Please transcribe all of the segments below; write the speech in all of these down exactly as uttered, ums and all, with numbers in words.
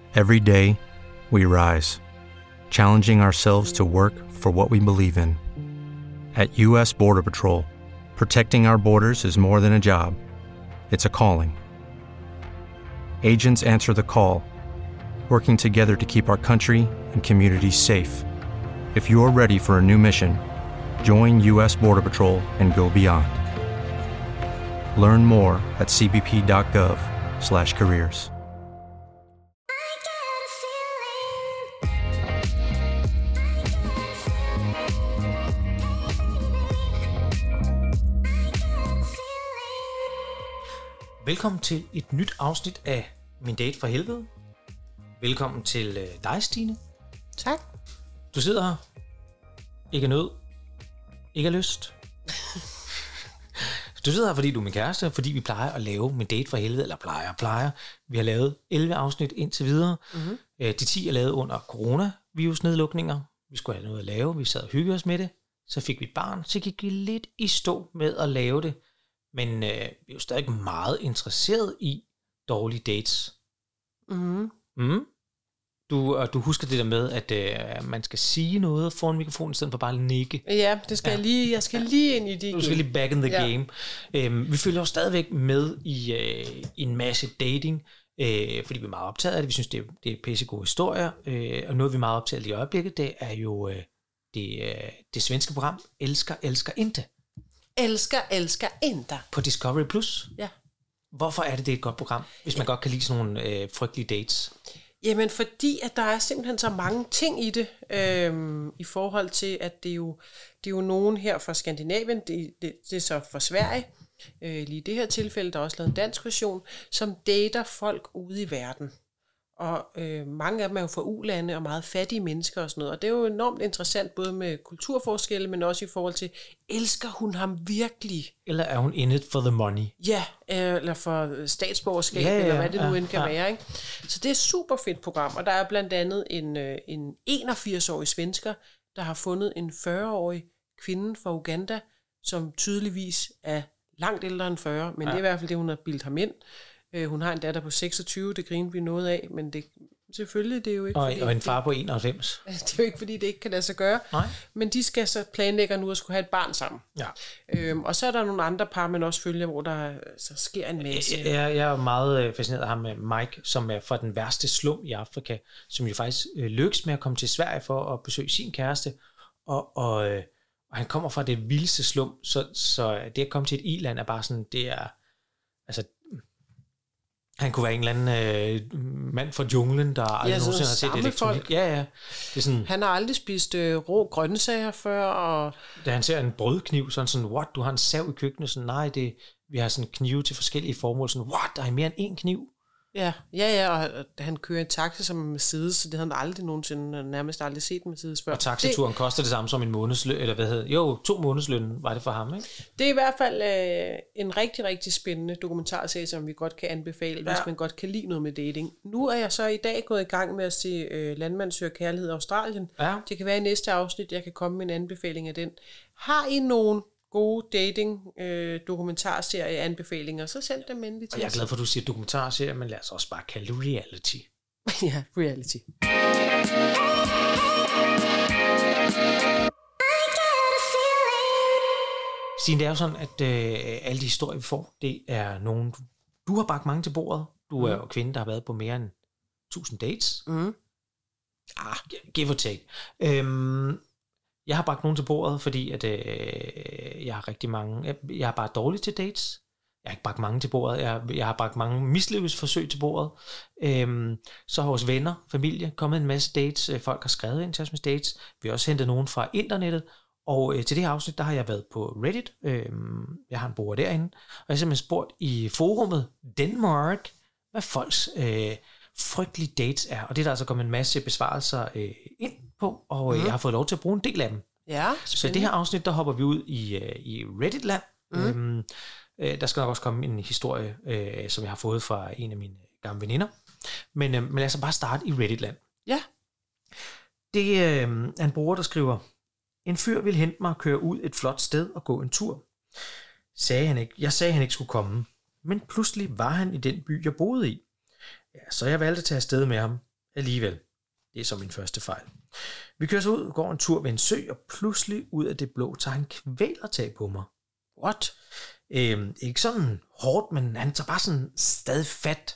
Every day, we rise, challenging ourselves to work for what we believe in. At U S Border Patrol, protecting our borders is more than a job. It's a calling. Agents answer the call, working together to keep our country and communities safe. If you're ready for a new mission, join U S Border Patrol and go beyond. Learn more at c b p dot gov slash careers. Velkommen til et nyt afsnit af Min Date for Helvede. Velkommen til øh, dig, Stine. Tak. Du sidder her. Ikke af nød. Ikke af lyst. Du sidder her, fordi du er min kæreste, fordi vi plejer at lave Min Date for Helvede, eller plejer, plejer. Vi har lavet elleve afsnit indtil videre. Mm-hmm. De ti er lavet under coronavirusnedlukninger. Vi skulle have noget at lave. Vi sad og hyggede os med det. Så fik vi et barn, så gik vi lidt i stå med at lave det. Men øh, vi er jo stadig meget interesseret i dårlige dates. Mm. Mm. Du, og du husker det der med, at øh, man skal sige noget foran mikrofonen, i stedet for bare at nikke. Ja, det skal ja. jeg lige. Jeg skal lige ind i det. Du skal lige back in the ja. game. Øhm, vi følger jo stadigvæk med i, øh, i en masse dating, øh, fordi vi er meget optaget af det. Vi synes, det er, det er pissegode historier. Øh, og noget, vi er meget optaget af i øjeblikket, det er jo øh, det, øh, det svenske program Elsker, Elsker Inte. Elsker, elsker Inte. På Discovery Plus. Ja. Hvorfor er det, det er et godt program, hvis man ja. godt kan lide sådan nogle øh, frygtelige dates? Jamen, fordi at der er simpelthen så mange ting i det, øhm, i forhold til, at det er jo, det er jo nogen her fra Skandinavien, det, det, det er så fra Sverige, øh, lige i det her tilfælde, der er også lavet en dansk version, som dater folk ude i verden. Og øh, mange af dem er jo fra u-lande og meget fattige mennesker og sådan noget. Og det er jo enormt interessant, både med kulturforskelle, men også i forhold til, elsker hun ham virkelig? Eller er hun in it for the money? Ja, eller for statsborgerskab, ja, ja, eller hvad det nu ja, end kan ja. være. Ikke? Så det er et super fedt program, og der er blandt andet en, en enogfirs-årig svensker, der har fundet en fyrre-årig kvinde fra Uganda, som tydeligvis er langt ældre end fyrre, men ja. det er i hvert fald det, hun har bildt ham ind. Hun har en datter på seksogtyve, det griner vi noget af, men det, selvfølgelig det er jo ikke... Og, fordi, og en far på enoghalvfems. Det er jo ikke, fordi det ikke kan lade sig gøre. Nej. Men de skal så planlægge nu at skulle have et barn sammen. Ja. Øhm, og så er der nogle andre par, man også følger, hvor der så sker en masse. Jeg, jeg, jeg er meget fascineret af ham med Mike, som er fra den værste slum i Afrika, som jo faktisk øh, lykkes med at komme til Sverige for at besøge sin kæreste. Og, og, øh, og han kommer fra det vildeste slum, så, så det at komme til et i-land er bare sådan, det er... altså han kunne være en eller anden øh, mand fra junglen, der aldrig ja, nogensinde har set elektronik. Ja, ja. Det er sådan, han har aldrig spist øh, rå grøntsager før. Og da han ser en brødkniv, sådan sådan, what, du har en sav i køkkenet? Sådan, nej, det, vi har sådan knive til forskellige formål. Sådan, what, der er mere end én kniv? Ja, ja, ja, og han kører en taxa som en Mercedes, så det havde han aldrig nogensinde, nærmest aldrig set en Mercedes før. Og taxaturen det, koster det samme som en månedsløn, eller hvad hedder det? Jo, to månedsløn var det for ham, ikke? Det er i hvert fald øh, en rigtig, rigtig spændende dokumentarserie, som vi godt kan anbefale, ja. hvis man godt kan lide noget med dating. Nu er jeg så i dag gået i gang med at se øh, Landmand søger kærlighed i Australien. Ja. Det kan være i næste afsnit, jeg kan komme med en anbefaling af den. Har I nogen gode dating øh, dokumentarserie anbefalinger, så send dem endelig til. Og jeg er glad for, at du siger dokumentarserie, men lad os også bare kalde det reality. Ja, reality. Stine, det er jo sådan, at øh, alle de historier, vi får, det er nogen, du, du har bragt mange til bordet. Du er jo mm. kvinde, der har været på mere end tusind dates. Mm. Ah, give or take. Øhm, Jeg har bragt nogen til bordet, fordi at, øh, jeg har rigtig mange... Jeg, jeg er bare dårlig til dates. Jeg har ikke bragt mange til bordet. Jeg, jeg har bragt mange mislykkesforsøg til bordet. Øhm, så har vores venner, familie, kommet en masse dates. Folk har skrevet ind til os med dates. Vi har også hentet nogen fra internettet. Og øh, til det her afsnit, der har jeg været på Reddit. Øhm, jeg har en bruger derinde. Og jeg har simpelthen spurgt i forumet Denmark, hvad folks øh, frygtelige dates er. Og det er der altså kommet en masse besvarelser øh, ind på, og mm. jeg har fået lov til at bruge en del af dem. Ja, så i det her afsnit, der hopper vi ud i, uh, i Reddit-land. Mm. Øhm, øh, der skal nok også komme en historie, øh, som jeg har fået fra en af mine gamle veninder. Men, øh, men lad os bare starte i Reddit-land. Ja. Det øh, er en bruger, der skriver, en fyr ville hente mig og køre ud et flot sted og gå en tur. Sagde han ikke. Jeg sagde, han ikke skulle komme. Men pludselig var han i den by, jeg boede i. Ja, så jeg valgte at tage afsted med ham. alligevel. Det er så min første fejl. Vi kører så ud, går en tur ved en sø, og pludselig ud af det blå tager han kvælertag på mig. What? Øhm, ikke sådan hårdt, men han tager bare sådan stadig fat.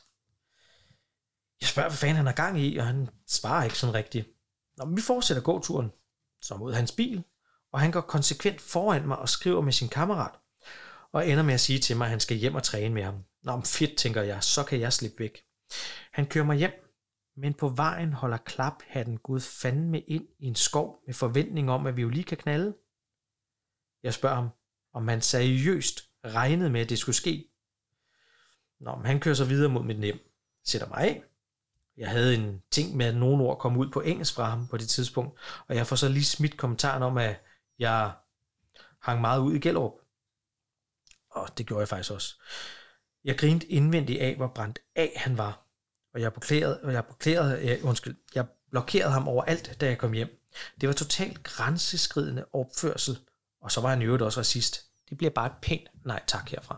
Jeg spørger, hvad fanden han har gang i, og han svarer ikke sådan rigtigt. Nå, men vi fortsætter gåturen, så mod hans bil, og han går konsekvent foran mig og skriver med sin kammerat, og ender med at sige til mig, at han skal hjem og træne med ham. Nå, men fedt, tænker jeg, så kan jeg slippe væk. Han kører mig hjem, men på vejen holder klaphatten Gud fandme ind i en skov med forventning om, at vi jo lige kan knalde. Jeg spørger ham, om han seriøst regnede med, at det skulle ske. Nå, men han kører så videre mod mit hjem, sætter mig af. Jeg havde en ting med, at nogle ord kom ud på engelsk fra ham på det tidspunkt, og jeg får så lige smidt kommentaren om, at jeg hang meget ud i Gellerup. Og det gjorde jeg faktisk også. Jeg grinte indvendigt af, hvor brændt af han var, og jeg blokerede, og jeg blokerede, øh, undskyld, jeg blokerede ham overalt, da jeg kom hjem. Det var totalt grænseskridende opførsel, og så var han i øvrigt også racist. Det bliver bare et pænt nej tak herfra.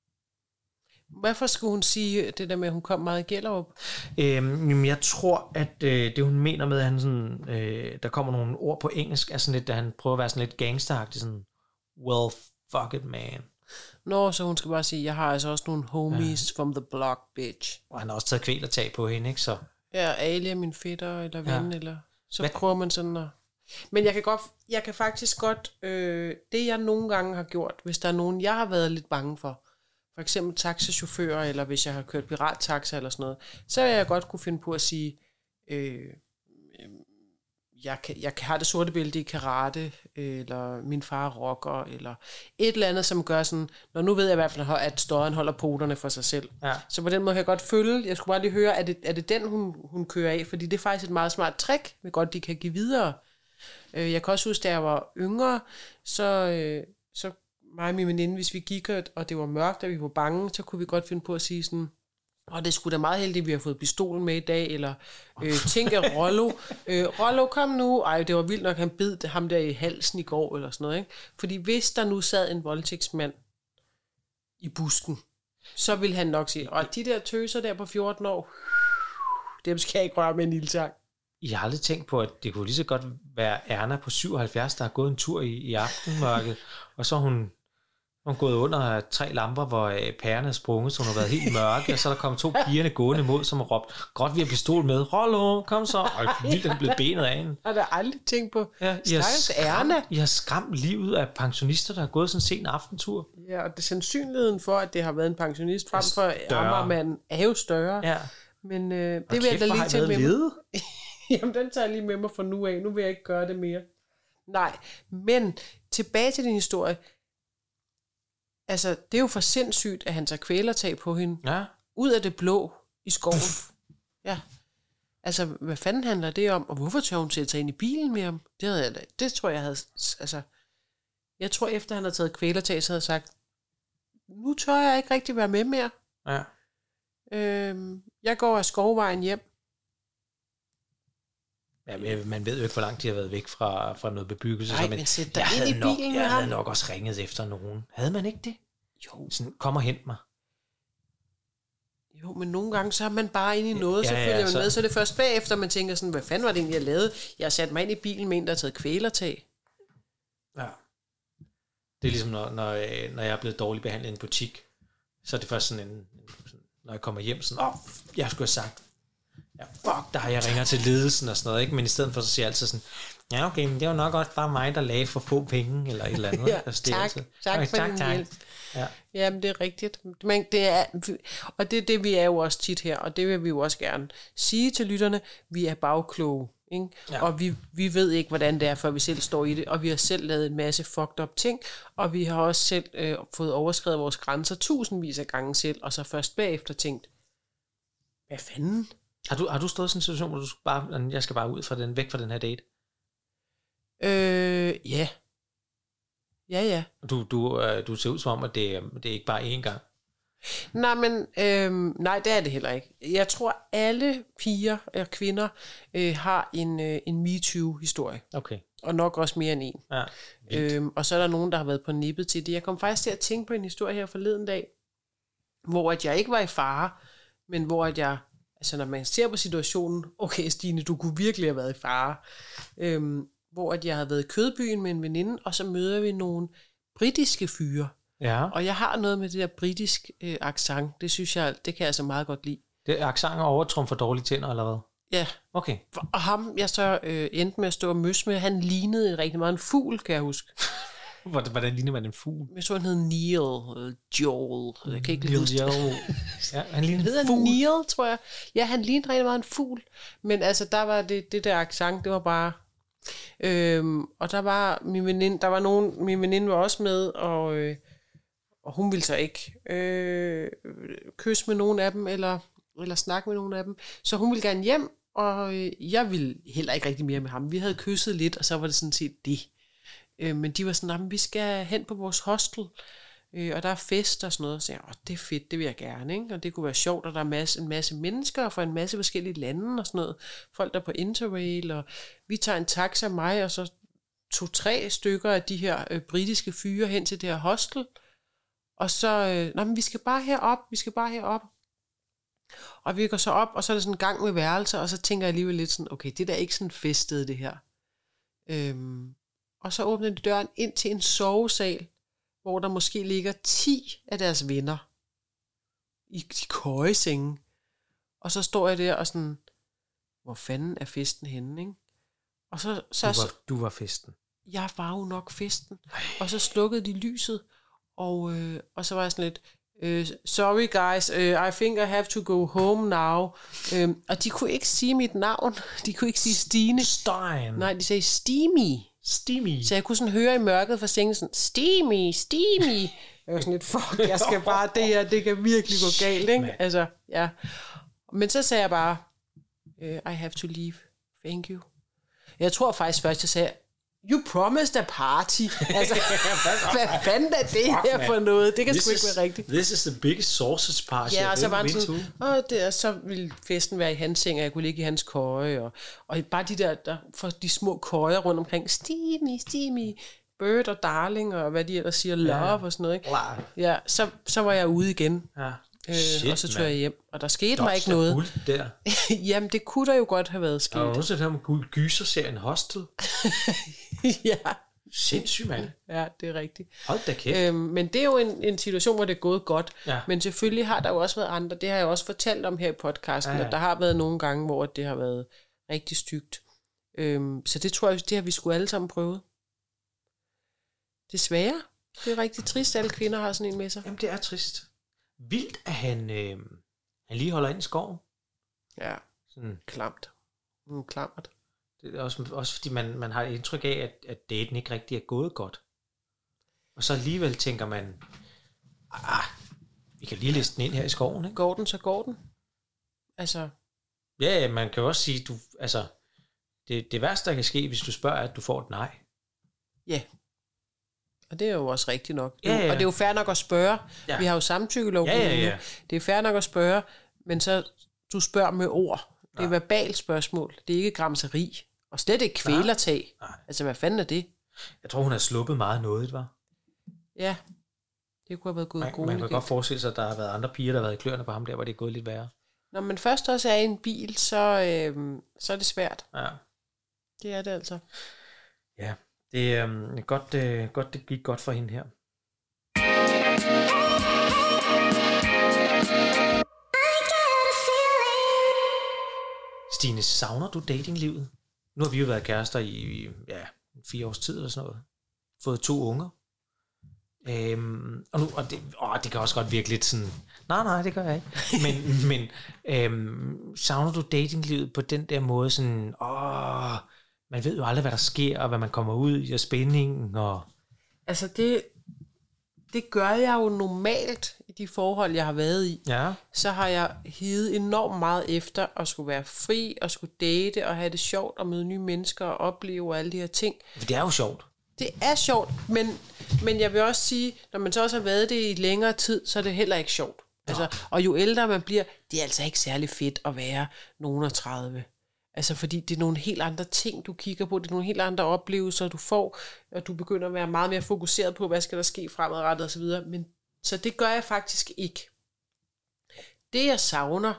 Hvorfor skulle hun sige det der med, at hun kom meget i Gellerup? Øhm, jeg tror, at øh, det hun mener med, at han sådan, øh, der kommer nogle ord på engelsk, er sådan lidt, at han prøver at være sådan lidt gangsteragtig, sådan, well, fuck it, man. Nå, så hun skal bare sige, jeg har altså også nogle homies ja. From the block, bitch. Og han har også taget kvælertag på hende, ikke så? Ja, Ali er min fætter, eller ven, ja. Eller så Hvad? prøver man sådan at... Men jeg kan, godt, jeg kan faktisk godt, øh, det jeg nogle gange har gjort, hvis der er nogen, jeg har været lidt bange for, for eksempel taxichauffører, eller hvis jeg har kørt pirattaxa eller sådan noget, så vil jeg godt kunne finde på at sige, øh, jeg, kan, jeg har det sorte bælte i karate, eller min far rocker, eller et eller andet, som gør sådan, når nu ved jeg i hvert fald, at støren holder poterne for sig selv. Ja. Så på den måde kan jeg godt følge, jeg skulle bare lige høre, er det, er det den, hun, hun kører af? Fordi det er faktisk et meget smart trick, vi godt de kan give videre. Jeg kan også huske, da jeg var yngre, så, så mig og min veninde, hvis vi gik, og det var mørkt, og vi var bange, så kunne vi godt finde på at sige sådan, og det skulle da meget heldigt, at vi har fået pistolen med i dag, eller øh, tænke Rollo, øh, Rollo kom nu, ej det var vildt nok, han bed ham der i halsen i går, eller sådan noget, ikke? Fordi hvis der nu sad en voldtægtsmand i busken, så ville han nok sige, og de der tøser der på fjorten år, dem skal jeg ikke røre med en lille sang. Jeg har aldrig tænkt på, at det kunne lige så godt være Erna på syvoghalvfjerds, der har gået en tur i, i aftenmørket, og så hun hun gået under tre lamper, hvor øh, pærerne er sprunget, så hun har været helt mørke, og så er der kommet to pigerne gående mod, som har råbt, godt vi har pistol med, Rollo, kom så, og vildt er blevet benet af hende. Har der aldrig tænkt på, ja, I, har skræmt, I har skræmt livet af pensionister, der har gået sådan en sen aftentur. Ja, og det sandsynligheden for, at det har været en pensionist, frem for Amagermanden, er jo større. Ja. Men øh, det vil jeg da lige til med mig. Jamen, den tager jeg lige med mig fra nu af. Nu vil jeg ikke gøre det mere. Nej, men tilbage til din historie. Altså, det er jo for sindssygt, at han tager kvælertag på hende. Ja. Ud af det blå i skoven. Ja. Altså, hvad fanden handler det om? Og hvorfor tør hun sætte sig ind i bilen med ham? Det, havde jeg, det tror jeg havde... Altså, jeg tror, efter han havde taget kvælertag, så havde jeg sagt, nu tør jeg ikke rigtig være med mere. Ja. Øhm, jeg går af skovvejen hjem. Ja, man ved jo ikke, hvor langt de har været væk fra, fra noget bebyggelse. Nej, så, men sæt dig jeg ind i bilen nok, Jeg ham. havde nok også ringet efter nogen. Havde man ikke det? Jo. Sådan, kom og hent mig. Jo, men nogle gange, så er man bare inde i noget, ja, så følger ja, man så... med, så er det først bagefter, man tænker sådan, hvad fanden var det egentlig, jeg lavede? Jeg har sat mig ind i bilen med en, der har taget kvælertag. Ja. Det er ligesom, når, når, når jeg er blevet dårligt behandlet i en butik, så er det først sådan en, sådan, når jeg kommer hjem, sådan, åh, oh, jeg skulle have sagt, ja, fuck dig, jeg ringer til ledelsen og sådan noget, ikke? Men i stedet for, så siger jeg altid sådan, ja, okay, men det var nok også bare mig, der lagde for få penge, eller et eller andet. Ja, tak, tak, tak for tak, din tak. hjælp. Ja. Jamen, det er rigtigt. Men det er, og det er det, vi er jo også tit her, og det vil vi jo også gerne sige til lytterne, vi er bagkloge, ikke? Ja. Og vi, vi ved ikke, hvordan det er, før vi selv står i det, og vi har selv lavet en masse fucked up ting, og vi har også selv øh, fået overskrevet vores grænser tusindvis af gange selv, og så først bagefter tænkt, hvad fanden? Har du, har du stået i sådan en situation, hvor du bare, jeg skal bare ud fra den, væk fra den her date? Øh, ja. Ja, ja. Du, du, øh, du ser ud som om, at det, det er ikke bare én gang. Nej, men øh, nej, det er det heller ikke. Jeg tror, alle piger og kvinder øh, har en, øh, en MeToo-historie. Okay. Og nok også mere end en. Ja, øhm, og så er der nogen, der har været på nippet til det. Jeg kom faktisk til at tænke på en historie her forleden dag, hvor at jeg ikke var i fare, men hvor at jeg altså når man ser på situationen, okay Stine, du kunne virkelig have været i fare. Øhm, hvor at jeg havde været i Kødbyen med en veninde, og så møder vi nogle britiske fyre. Ja. Og jeg har noget med det der britisk øh, accent, det synes jeg, det kan jeg altså meget godt lide. Det er accent overtrum for dårlige tænder, eller hvad? Ja. Okay. Og ham, jeg så øh, endte med at stå og møs med, han lignede en rigtig meget en fugl, kan jeg huske. Hvordan ligner man en fugl? Jeg så, han hed Neil, eller Joel, jeg kan ikke lige huske det. Ja, han lignede en fugl. Neil, tror jeg. Ja, han lignede rigtig meget en fugl. Men altså, der var det, det der accent, det var bare... Øhm, og der var min veninde, der var nogen, min veninde var også med, og, øh, og hun ville så ikke øh, kysse med nogen af dem, eller, eller snakke med nogen af dem. Så hun ville gerne hjem, og øh, jeg ville heller ikke rigtig mere med ham. Vi havde kysset lidt, og så var det sådan set det. Øh, men de var sådan, at vi skal hen på vores hostel, øh, og der er fest og sådan noget. Så jeg, åh, det er fedt, det vil jeg gerne, ikke? Og det kunne være sjovt, og der er masse, en masse mennesker fra en masse forskellige lande og sådan noget. Folk der er på Interrail, og vi tager en taxa, mig og så to-tre stykker af de her øh, britiske fyre hen til det her hostel. Og så, øh, nej, men vi skal bare herop, vi skal bare herop. Og vi går så op, og så er der sådan en gang med værelser, og så tænker jeg alligevel lidt sådan, okay, det er da ikke sådan feststed, det her. Øhm, og så åbner de døren ind til en sovesal, hvor der måske ligger ti af deres venner i de køjesenge. Og så står jeg der og sådan, hvor fanden er festen henne, ikke? Og så, så, du, var, du var festen. Jeg var jo nok festen. Ej. Og så slukkede de lyset, og, øh, og så var jeg sådan lidt, øh, sorry guys, uh, I think I have to go home now. Øh, og de kunne ikke sige mit navn. De kunne ikke sige Stine. Stein. Nej, de sagde Steamy. Steamy. Så jeg kunne sådan høre i mørket fra sengen sådan, Steamy, Steamy. Jeg var sådan lidt, fuck, jeg skal bare, det her, det kan virkelig gå galt, ikke? Man. Altså, ja. Men så sagde jeg bare, I have to leave, thank you. Jeg tror faktisk først, jeg sagde, you promised a party. Altså, hvad fanden er det Fuck, her man. For noget? Det kan this sgu ikke is, være rigtigt. This is the biggest sausage party. Ja, og så var det sådan, åh, det, og så ville festen være i hans seng, og jeg kunne ligge i hans køje, og, og bare de der, der for de små køjer rundt omkring, Steamy, Steamy, Bird og Darling, og hvad de ellers siger, love ja. Og sådan noget, ikke? Ja, så, så var jeg ude igen. Ja. Shit, øh, og så tog jeg hjem, og der skete mig ikke noget. Der. Jamen, det kunne der jo godt have været sket. Og også det her med gyserserien Hostel. Ja. Sindssygt, mand. Ja, det er rigtigt. Hold da kæft. Øhm, men det er jo en, en situation, hvor det er gået godt. Ja. Men selvfølgelig har der jo også været andre. Det har jeg også fortalt om her i podcasten, ja, ja. At der har været nogle gange, hvor det har været rigtig stygt. Øhm, så det tror jeg, det har vi sgu alle sammen prøvet. Desværre. Det er rigtig trist, at alle kvinder har sådan en med sig. Jamen, det er trist. Vildt, at han, øh, han lige holder ind i skoven. Ja, sådan klamt. Mm, klamt. Det er også, også fordi man, man har et indtryk af, at, at daten ikke rigtig er gået godt. Og så alligevel tænker man, ah, vi kan lige læse den ind her i skoven, ikke? Går den, så går den. Altså. Ja, man kan jo også sige, du, altså, det, det værste, der kan ske, hvis du spørger, at du får et nej. Ja. Og det er jo også rigtigt nok. Ja, ja. Og det er jo fair nok at spørge. Ja. Vi har jo samtykkelovgivning. Ja, ja, ja. Det er fair nok at spørge, men så du spørger med ord. Det er ja. Verbalt spørgsmål. Det er ikke gramseri. Og slet ikke kvælertag. Nej. Altså, hvad fanden er det? Jeg tror, hun har sluppet meget noget, var. Ja. Det kunne have været gået man, gode. Man kan godt forestille sig, at der har været andre piger, der har været i kløerne på ham der, hvor det er gået lidt værre. Når man først også er i en bil, så, øh, så er det svært. Ja. Det er det altså. Ja. Det er um, godt, uh, godt, det gik godt for hende her. Stine, savner du datinglivet? Nu har vi jo været kærester i ja, fire års tid eller sådan noget. Fået to unger. Øhm, og nu, og det, åh, det kan også godt virke lidt sådan, nej, nej, det gør jeg ikke. Men, men øhm, savner du datinglivet på den der måde sådan, åh... Man ved jo aldrig, hvad der sker, og hvad man kommer ud i, og spændingen, og... Altså, det, det gør jeg jo normalt i de forhold, jeg har været i. Ja. Så har jeg higet enormt meget efter at skulle være fri, og skulle date, og have det sjovt, og møde nye mennesker, og opleve alle de her ting. For det er jo sjovt. Det er sjovt, men, men jeg vil også sige, når man så også har været det i længere tid, så er det heller ikke sjovt. Altså, og jo ældre man bliver, det er altså ikke særlig fedt at være nogen af tredive. Altså fordi det er nogle helt andre ting, du kigger på, det er nogle helt andre oplevelser, du får, og du begynder at være meget mere fokuseret på, hvad skal der ske fremadrettet og så videre. Men, så det gør jeg faktisk ikke. Det jeg savner,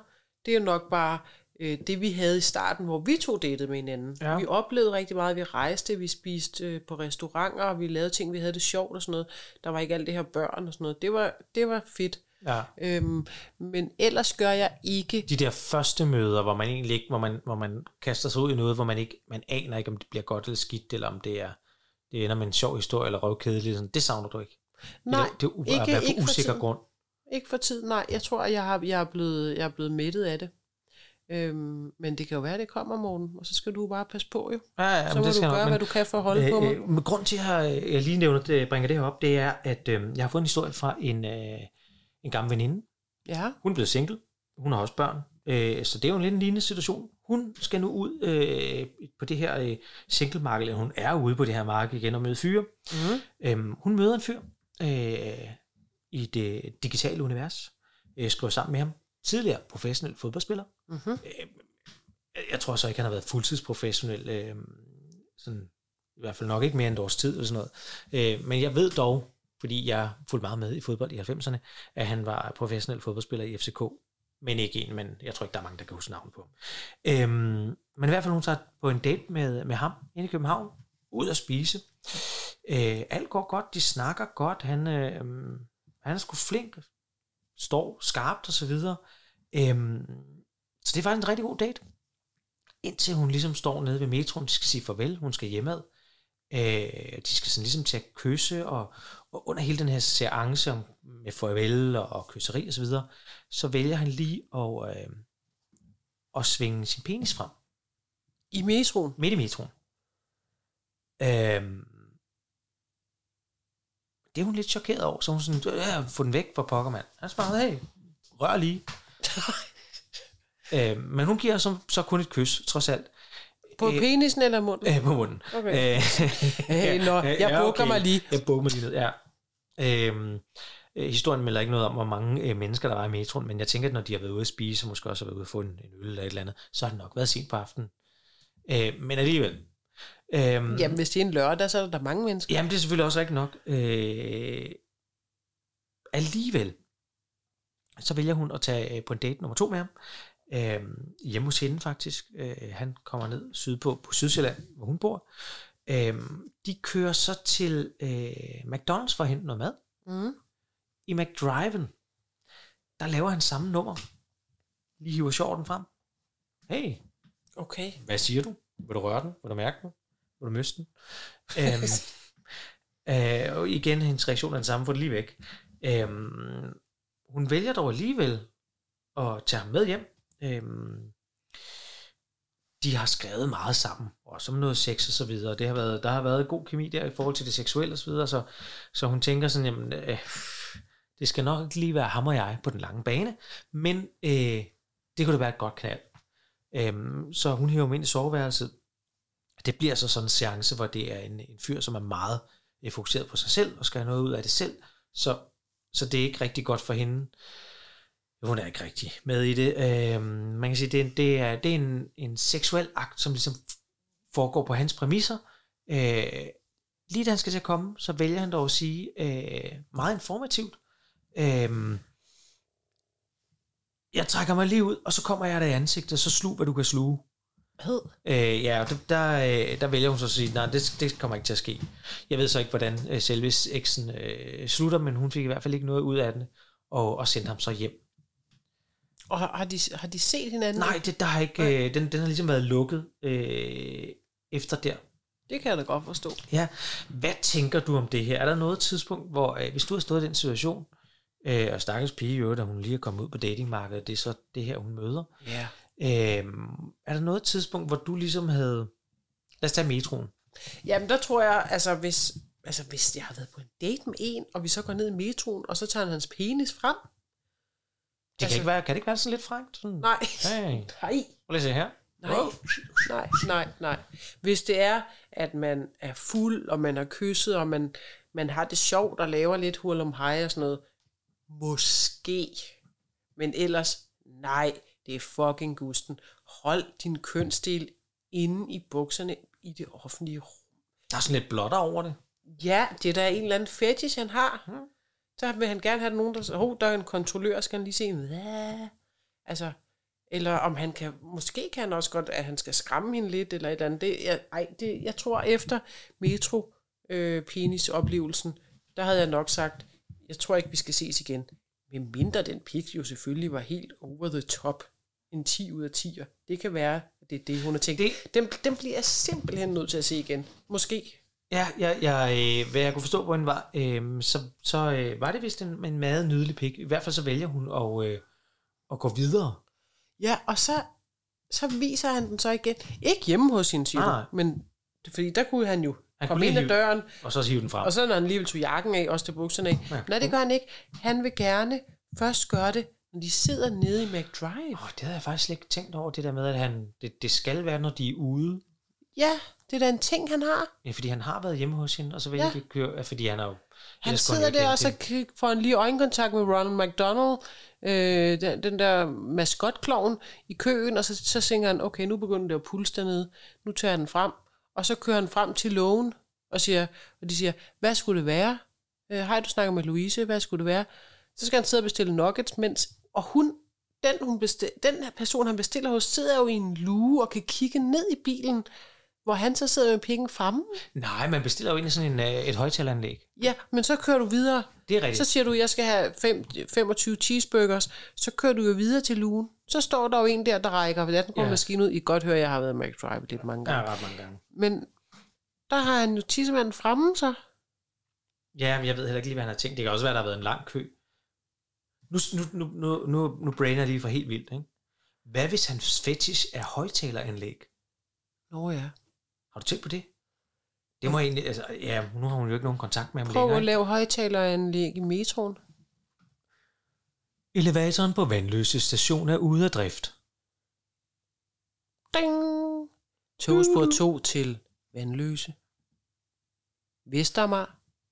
det er jo nok bare øh, det, vi havde i starten, hvor vi to datede med hinanden. Ja. Vi oplevede rigtig meget, vi rejste, vi spiste øh, på restauranter, og vi lavede ting, vi havde det sjovt og sådan noget. Der var ikke alt det her børn og sådan noget. Det var, det var fedt. Ja. Øhm, men ellers gør jeg ikke... De der første møder, hvor man egentlig ikke, hvor man, hvor man kaster sig ud i noget, hvor man ikke, man aner ikke, om det bliver godt eller skidt, eller om det er, det ender med en sjov historie, eller røvkedelig. Det savner du ikke? Nej, det, det er, ikke, at være på ikke usikker for grund. Ikke for tid, nej. Jeg tror, at jeg, har, jeg, er, blevet, jeg er blevet mættet af det. Øhm, men det kan jo være, at det kommer, Morten, og så skal du bare passe på, jo. Ja, ja, så må det du gøre, nok, men, hvad du kan for at holde øh, på mig. Øh, men grund til, at jeg, jeg lige nævner det, bringer det her op, det er, at øh, jeg har fået en historie fra en, øh, en gammel veninde. Ja. Hun er blevet single. Hun har også børn. Øh, så det er jo en lidt en lignende situation. Hun skal nu ud øh, på det her øh, single-marked. Hun er ude på det her marked igen og møde fyre. Mm. Øhm, hun møder en fyr øh, i det digitale univers. Øh, skriver sammen med ham. Tidligere professionel fodboldspiller. Mm-hmm. Øh, jeg tror så ikke, han har været fuldtidsprofessionel. Øh, sådan, i hvert fald nok ikke mere end et års tid. Eller sådan noget. Øh, men jeg ved dog, fordi jeg fulgte meget med i fodbold i halvfemserne, at han var professionel fodboldspiller i F C K. Men ikke en, men jeg tror ikke, der er mange, der kan huske navnet på ham. Øhm, men i hvert fald, hun tager på en date med, med ham inde i København, ud at spise. Øh, alt går godt, de snakker godt, han, øh, han er sgu flink, står skarpt og så videre. Øhm, så det er faktisk en rigtig god date. Indtil hun ligesom står nede ved metroen, de skal sige farvel, hun skal hjemad. Øh, de skal sådan ligesom til at kysse, og, og under hele den her seance om, med farvel og, og kysseri og så videre, så vælger han lige at, øh, at svinge sin penis frem. I metroen? Midt i metroen. Øh, det er hun lidt chokeret over, så hun sådan, ja, få den væk fra pokker, mand. Han svarede, hey, rør lige. øh, men hun giver så, så kun et kys, trods alt. På penisen eller munden? Øh, på munden. Okay. Øh, hey, nå, jeg ja, bukker okay. mig lige. Jeg bukker mig lige ned, ja. Øhm, øh, historien melder ikke noget om, hvor mange øh, mennesker der var i metroen, men jeg tænker, at når de har været ude at spise, og måske også har været ude at få en, en øl eller et eller andet, så har det nok været sent på aftenen. Øh, men alligevel. Øhm, jamen, hvis det er en lørdag, så er der mange mennesker. Jamen, det er selvfølgelig også ikke nok. Øh, alligevel, så vælger hun at tage på en date nummer to med ham. Øh, hjemme hos hende faktisk. Øh, han kommer ned sydpå på Sydsjælland, hvor hun bor. Øh, de kører så til øh, McDonald's for at hente noget mad. Mm. I McDriven, der laver han samme nummer. Lige hiver shorten frem. Hey, okay. Hvad siger du? Vil du røre den? Vil du mærke den? Vil du miste den? øhm, øh, og igen, hendes reaktion er den samme, for det lige væk. Øhm, hun vælger dog alligevel at tage ham med hjem. Øhm, de har skrevet meget sammen, også om noget sex og så videre. Det har været, der har været god kemi der i forhold til det seksuelle og så videre, så, så hun tænker sådan, jamen, øh, det skal nok ikke lige være ham og jeg på den lange bane, men øh, det kunne da være et godt knald. Øhm, så hun hiver ham ind i soveværelset. Det bliver så sådan en seance, hvor det er en, en fyr, som er meget øh, fokuseret på sig selv, og skal have noget ud af det selv, så, så det er ikke rigtig godt for hende. Hun er ikke rigtig med i det. Øhm, man kan sige, det er, det er, det er en, en seksuel akt, som ligesom foregår på hans præmisser. Øh, lige da han skal til at komme, så vælger han dog at sige øh, meget informativt. Øh, jeg trækker mig lige ud, og så kommer jeg der i ansigtet, så slug, hvad du kan sluge. Hvad? Øh, ja, der, der, der vælger hun så at sige, nej, det, det kommer ikke til at ske. Jeg ved så ikke, hvordan øh, selve eksen øh, slutter, men hun fik i hvert fald ikke noget ud af den, og, og sendte ham så hjem. Og har, har, de, har de set hinanden? Nej, det, der har ikke, øh, den, den har ligesom været lukket øh, efter der. Det kan jeg da godt forstå. Ja, hvad tænker du om det her? Er der noget tidspunkt, hvor øh, hvis du har stået i den situation, øh, og stakkels pige i øvrigt, da hun lige er kommet ud på datingmarkedet, det er så det her, hun møder. Ja. Øh, er der noget tidspunkt, hvor du ligesom havde... Lad os tage metroen. Jamen, der tror jeg, altså hvis, altså hvis jeg har været på en date med en, og vi så går ned i metroen, og så tager han hans penis frem. Det altså, kan, ikke være, kan det ikke være sådan lidt frækt? Sådan, nej. Hey. Nej. Prøv lige at se her. Nej, nej, nej, nej. Hvis det er, at man er fuld, og man har kysset, og man, man har det sjovt, og laver lidt hurlum hej og sådan noget, måske. Men ellers, nej, det er fucking gusten. Hold din kønsdel inde i bukserne i det offentlige rum. Der er sådan lidt blotter over det. Ja, det er der en eller anden fetish, han har. Hmm. Så vil han gerne have nogen, der siger, oh, der er en kontrollør, skal han lige se, hvad? Altså, eller om han kan, måske kan han også godt, at han skal skræmme hende lidt, eller et eller andet. Det, jeg, ej, det, jeg tror, efter metro øh, penis-oplevelsen, der havde jeg nok sagt, jeg tror ikke, vi skal ses igen. Men mindre den pik jo selvfølgelig var helt over the top, en ti ud af ti. Det kan være, at det er det, hun har tænkt. Det, den, den bliver jeg simpelthen nødt til at se igen. Måske. Ja, jeg, jeg, øh, hvad jeg kunne forstå på hende var, øh, så, så øh, var det vist en, en meget nydelig pik. I hvert fald så vælger hun at, øh, at gå videre. Ja, og så, så viser han den så igen. Ikke hjemme hos hende, siger ah. du, men fordi der kunne han jo han komme ind ad døren. Og så hive den frem. Og så når han alligevel tog jakken af, også til bukserne af. Ja. Nej, det gør han ikke. Han vil gerne først gøre det, når de sidder nede i McDrive. Oh, det havde jeg faktisk ikke tænkt over, det der med, at han, det, det skal være, når de er ude. Ja, det er da en ting, han har. Ja, fordi han har været hjemme hos hende, og så vil ja. ikke køre, fordi han er jo... Han sidder der, og så får han lige øjenkontakt med Ronald McDonald, øh, den, den der maskotklovn i køen, og så, så synger han, okay, nu begynder det at pulse dernede, nu tager han frem, og så kører han frem til lågen, og, siger, og de siger, hvad skulle det være? Øh, Hej, du snakker med Louise, hvad skulle det være? Så skal han sidde og bestille nuggets, mens, og hun, den, hun bestil, den person, han bestiller hos, sidder jo i en luge og kan kigge ned i bilen, hvor han så sidder med penge fremme. Nej, man bestiller jo ind i sådan en, et højtaleranlæg. Ja, men så kører du videre. Det er rigtigt. Så siger du, jeg skal have fem, femogtyve cheeseburgers. Så kører du jo videre til lugen. Så står der jo en der, der rækker. Hvordan går ja. maskinen ud? I kan godt høre, jeg har været i McDrive lidt mange gange. Ja, ret mange gange. Men der har han jo tissemanden fremme, så. Ja, men jeg ved heller ikke lige, hvad han har tænkt. Det kan også være, der har været en lang kø. Nu, nu, nu, nu, nu, nu brainer jeg lige for helt vildt, ikke? Hvad hvis hans fetish er højtaleranlæg? Nå ja. Har du tænkt på det? Det må egentlig, altså, ja, nu har hun jo ikke nogen kontakt med ham Prøv længere. Prøv at lave højtaleranlæg i metroen. Elevatoren på Vandløse station er ude af drift. Ding! Togspor to til Vandløse. Vestamager.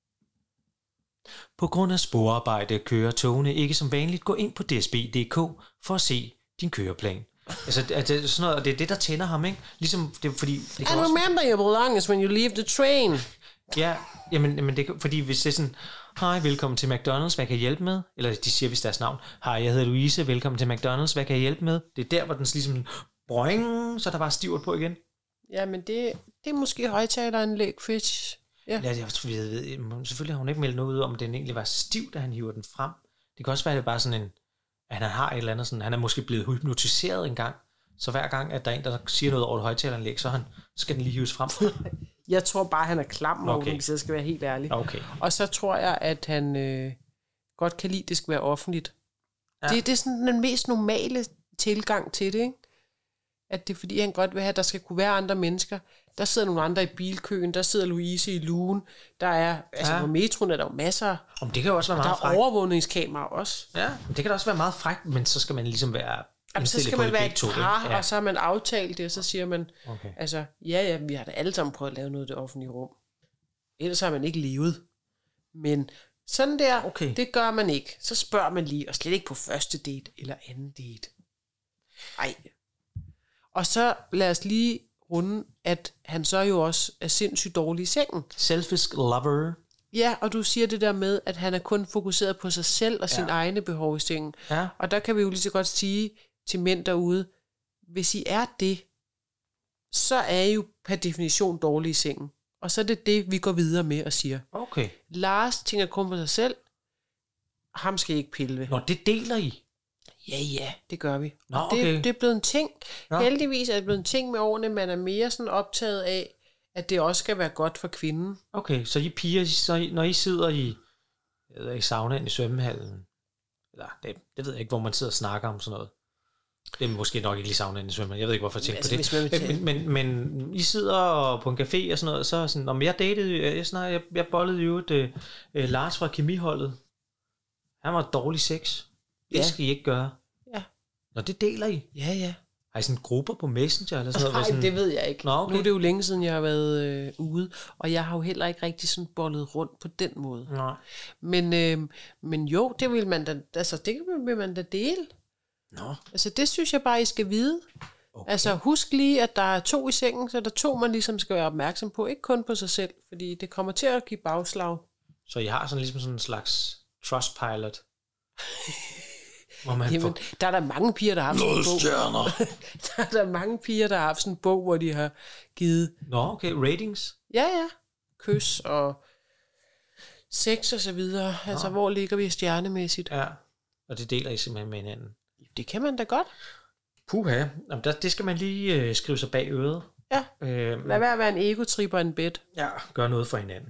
På grund af sporarbejde kører togene ikke som vanligt. Gå ind på d s b punktum d k for at se din køreplan. Altså, det er sådan noget, og det er det, der tænder ham, ikke? Ligesom, det er fordi... Det kan I remember også... your belongings when you leave the train. Ja, jamen, men det fordi hvis det er sådan, hej, velkommen til McDonald's, hvad kan jeg hjælpe med? Eller de siger, hvis deres navn, hej, jeg hedder Louise, velkommen til McDonald's, hvad kan jeg hjælpe med? Det er der, hvor den ligesom, boing, så der bare stivert på igen. Ja, men det, det er måske højtaleranlæg, fish. Ja, ja jeg, jeg ved, selvfølgelig har hun ikke meldt noget ud om, at den egentlig var stiv, da han hiver den frem. Det kan også være, at det er bare sådan en, at han har et eller andet sådan, han er måske blevet hypnotiseret en gang, så hver gang, at der er en, der siger noget over et højtaleranlæg, så, han, så skal den lige hives frem. Jeg tror bare, han er klam, okay. hvis jeg skal være helt ærlig. Okay. Og så tror jeg, at han øh, godt kan lide, at det skal være offentligt. Ja. Det, det er sådan den mest normale tilgang til det, ikke? At det er fordi, han godt vil have, at der skal kunne være andre mennesker. Der sidder nogle andre i bilkøen, der sidder Louise i lugen, der er, altså ja. På metroen er der jo masser. Om det kan jo også være meget frækt. Der er overvågningskameraer også. Ja, det kan da også være meget frækt, men så skal man ligesom være Jamen, så skal man være et par, ja. Og så har man aftalt det, og så siger man, okay. Altså, ja, ja, vi har da alle sammen prøvet at lave noget i det offentlige rum. Ellers har man ikke levet. Men sådan der, okay. Det gør man ikke. Så spørger man lige, og slet ikke på første date eller anden date. Ej. Og så lad os lige runde, at han så jo også er sindssygt dårlig i sengen. Selfish lover. Ja, og du siger det der med, at han er kun fokuseret på sig selv og sine ja. egne behov i sengen. Ja. Og der kan vi jo lige så godt sige til mænd derude, hvis I er det, så er I jo per definition dårlige i sengen. Og så er det det, vi går videre med og siger. Okay. Lars tænker kun på sig selv. Ham skal I ikke pille ved. Nå, det deler I? Ja, ja, det gør vi. Nå, okay. det, det er blevet en ting. Nå. Heldigvis er det blevet en ting med årene, man er mere sådan optaget af, at det også skal være godt for kvinden. Okay, så I piger, så når I sidder i, jeg ved ikke, saunaen i svømmehallen, eller det, det ved jeg ikke, hvor man sidder og snakker om sådan noget. Det er måske nok ikke lige saunaen i svømmehallen, jeg ved ikke, hvorfor jeg tænker altså, på det. Men, men, men I sidder på en café og sådan noget, så sådan, om jeg datede, jeg, snart, jeg, jeg bollede jo et uh, Lars fra kemiholdet. Han var dårlig sex. Det ja. skal I ikke gøre. Ja. Nå, det deler I? Ja, ja. Har I sådan grupper på Messenger eller sådan noget? Nej, sådan... det ved jeg ikke. Nå, okay. Nu er det jo længe siden, jeg har været øh, ude, og jeg har jo heller ikke rigtig sådan bollet rundt på den måde. Nej. Men, øh, men jo, det vil man da, altså det vil man da dele. Nå. Altså det synes jeg bare, I skal vide. Okay. Altså husk lige, at der er to i sengen, så der er to, man ligesom skal være opmærksom på. Ikke kun på sig selv, fordi det kommer til at give bagslag. Så I har sådan ligesom sådan en slags Trustpilot? Man Jamen, får... der er der mange piger, der har haft sådan en bog. Der er der mange piger, der har haft sådan en bog, hvor de har givet... Nå, okay, ratings. Ja, ja. Kys og sex og så videre. Nå. Altså, hvor ligger vi stjernemæssigt? Ja, og det deler I simpelthen med hinanden. Det kan man da godt. Puha, jamen, der, det skal man lige øh, skrive sig bag øret. Ja, øh, lad være at være en egotripper en bed. Ja, gør noget for hinanden.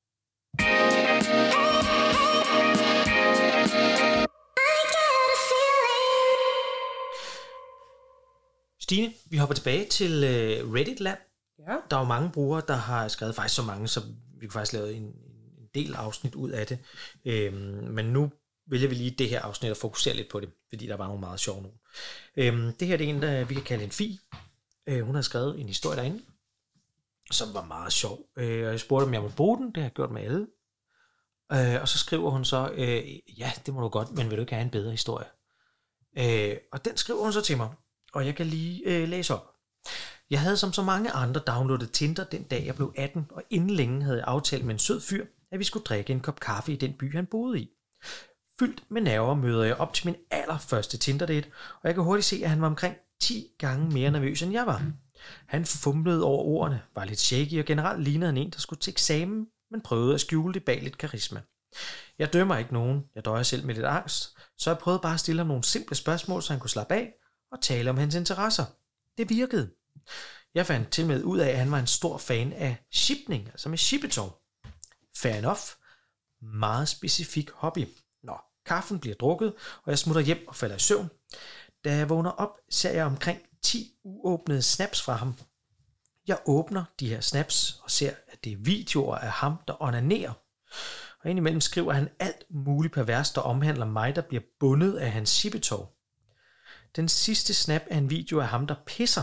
Stine, vi hopper tilbage til uh, Reddit-land. Ja. Der er jo mange brugere, der har skrevet faktisk så mange, så vi kunne faktisk lave en, en del afsnit ud af det. Øhm, men nu vælger vi lige det her afsnit og fokusere lidt på det, fordi der var nogle meget sjove nogle. Øhm, det her det er en, der vi kan kalde en Fie. Øh, hun har skrevet en historie derinde, som var meget sjov. Øh, og jeg spurgte, om jeg måtte bruge den. Det har jeg gjort med alle. Øh, og så skriver hun så, øh, ja, det må du godt, men vil du ikke have en bedre historie? Øh, og den skriver hun så til mig, og jeg kan lige øh, læse op. Jeg havde som så mange andre downloadet Tinder den dag, jeg blev atten, og inden længe havde jeg aftalt med en sød fyr, at vi skulle drikke en kop kaffe i den by, han boede i. Fyldt med nerver møder jeg op til min allerførste Tinder-date, og jeg kan hurtigt se, at han var omkring ti gange mere nervøs, end jeg var. Han fumlede over ordene, var lidt shaky og generelt lignede han en, der skulle til eksamen, men prøvede at skjule det bag lidt karisma. Jeg dømmer ikke nogen, jeg døjer selv med lidt angst, så jeg prøvede bare at stille ham nogle simple spørgsmål, så han kunne slappe af og tale om hans interesser. Det virkede. Jeg fandt til med ud af, at han var en stor fan af shipning, altså med shippetov. Fair enough. Meget specifik hobby. Nå, kaffen bliver drukket, og jeg smutter hjem og falder i søvn. Da jeg vågner op, ser jeg omkring ti uåbnede snaps fra ham. Jeg åbner de her snaps og ser, at det er videoer af ham, der onanerer. Og indimellem skriver han alt muligt pervers, der omhandler mig, der bliver bundet af hans shippetov. Den sidste snap er en video af ham, der pisser.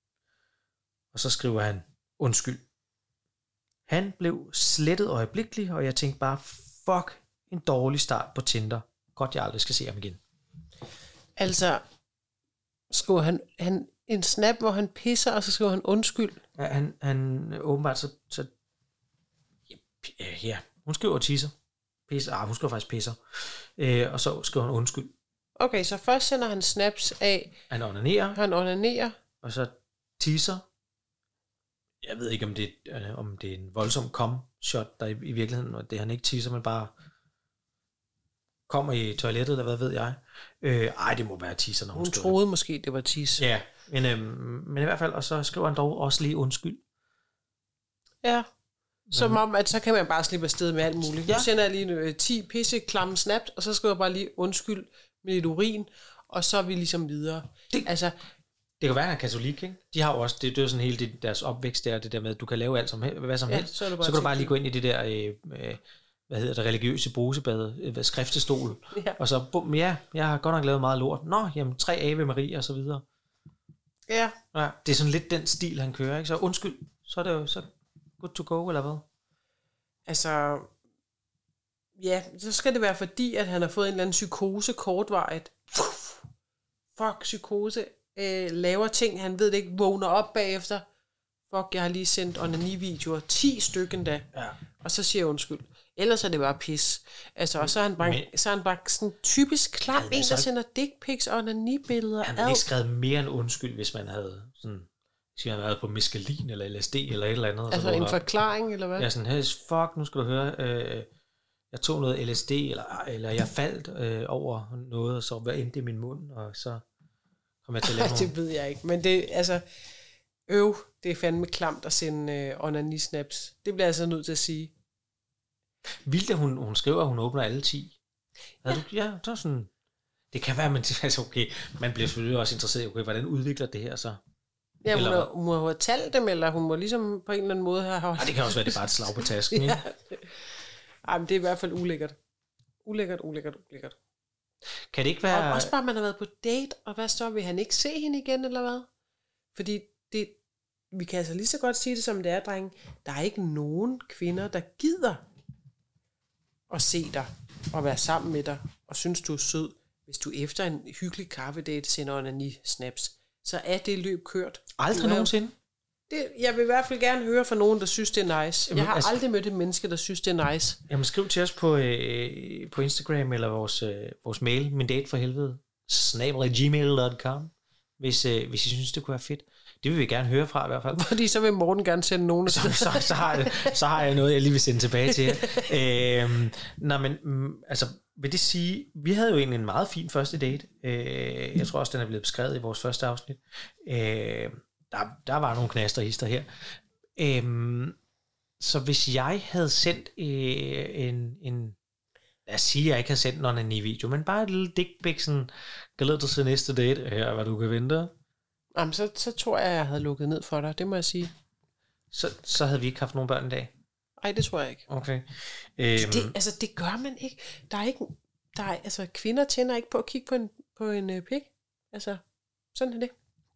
Og så skriver han, undskyld. Han blev slettet øjeblikkeligt, og jeg tænkte bare, fuck, en dårlig start på Tinder. Godt, jeg aldrig skal se ham igen. Altså, skriver han, han en snap, hvor han pisser, og så skriver han undskyld. Ja, han, han åbenbart så... så ja, ja, hun skriver tisser. Pisser. Ah, hun skriver faktisk pisser. Øh, og så skriver han undskyld. Okay, så først sender han snaps af... Han onanerer. Han onanerer. Og så tisser. Jeg ved ikke, om det, øh, om det er en voldsom kom-shot, der i, i virkeligheden, og det han ikke tisser, men bare kommer i toilettet, eller hvad ved jeg. Øh, ej, det må være tisser, når hun, hun skriver troede det. måske, det var tis. Ja, men, øh, men i hvert fald, og så skriver han dog også lige undskyld. Ja, som om, at så kan man bare slippe afsted med alt muligt. Ja. Nu sender jeg lige øh, ti pisse klamme snaps, og så skriver jeg bare lige undskyld med lidt urin, og så er vi ligesom videre. Det, altså, det kan være, at han er katolik, ikke? De har jo også, det, det er sådan hele det, deres opvækst der, det der med, at du kan lave alt som helst, hvad som ja, helst. så, så kan du bare lige gå ind i det der, øh, hvad hedder det, religiøse brusebad, øh, skriftestol, ja. Og så, bum, ja, jeg har godt nok lavet meget lort. Nå, jamen, tre Ave Maria og så videre. Ja. Ja. Det er sådan lidt den stil, han kører, ikke? Så undskyld, så er det jo så good to go, eller hvad? Altså, ja, så skal det være fordi, at han har fået en eller anden psykose kortvarigt. Fuck, psykose. Øh, laver ting, han ved det ikke, vågner op bagefter. Fuck, jeg har lige sendt onani-videoer, ti stykker da. Ja. Og så siger jeg undskyld. Ellers er det bare pis. Altså, og så er han bare, Men, så er han bare sådan typisk klam en, der sender dick pics og onani-billeder. Han havde ikke skrevet mere end undskyld, hvis man havde sådan... Siger han været på meskalin eller L S D eller et eller andet. Altså en op. Forklaring, eller hvad? Ja, sådan, hey, fuck, nu skal du høre, øh, jeg tog noget L S D, eller, eller jeg faldt øh, over noget, og så var endte i min mund, og så kom jeg til at lave nogle... det ved jeg ikke, men det, altså, øv, det er fandme klamt at sende øh, onani-snaps. Det bliver jeg altså nødt til at sige. Vildt, at hun, hun skriver, at hun åbner alle ti. Ja, du, ja det er sådan, det kan være, men altså, okay, man bliver selvfølgelig også interesseret i, okay, hvordan udvikler det her så? Ja, hun, har, hun må have talt dem, eller hun må ligesom på en eller anden måde have... Ja, det kan også være, det er bare et slag på tasken, ikke? Ja. Ej, men det er i hvert fald ulækkert. Ulækkert, ulækkert, ulækkert. Kan det ikke være... Og også bare, man har været på date, og hvad så? Vil han ikke se hende igen, eller hvad? Fordi det, vi kan altså lige så godt sige det, som det er, drenge. Der er ikke nogen kvinder, der gider at se dig, og være sammen med dig, og synes, du er sød, hvis du efter en hyggelig kaffedate sender onani-snaps. Så er det løb kørt. Aldrig ja. Nogensinde? Det, jeg vil i hvert fald gerne høre fra nogen, der synes, det er nice. Jamen, jeg har altså, aldrig mødt et menneske, der synes, det er nice. Jamen skriv til os på, øh, på Instagram eller vores, øh, vores mail, min date for helvede, snabel-a gmail punktum com, hvis, øh, hvis I synes, det kunne være fedt. Det vil vi gerne høre fra i hvert fald. Fordi så vil Morten gerne sende nogen. Så, så, så, har, jeg, så har jeg noget, jeg lige vil sende tilbage til jer. øhm, nej, men altså, vil det sige, vi havde jo egentlig en meget fin første date. Øh, jeg tror også, den er blevet beskrevet i vores første afsnit. Øh, der, der var nogle knaster og hister her. Øh, så hvis jeg havde sendt øh, en, en, lad os sige, at jeg ikke havde sendt nogen i video, men bare et lille dick pic, sådan, glæder dig til næste date, her hvad du kan vente. Jamen, så, så tror jeg, jeg havde lukket ned for dig, det må jeg sige. Så, så havde vi ikke haft nogen børn i dag? Nej, det tror jeg ikke. Okay. Øhm. Det, altså, det gør man ikke. Der er ikke, der er, altså, kvinder tænder ikke på at kigge på en, på en uh, pik. Altså, sådan er det.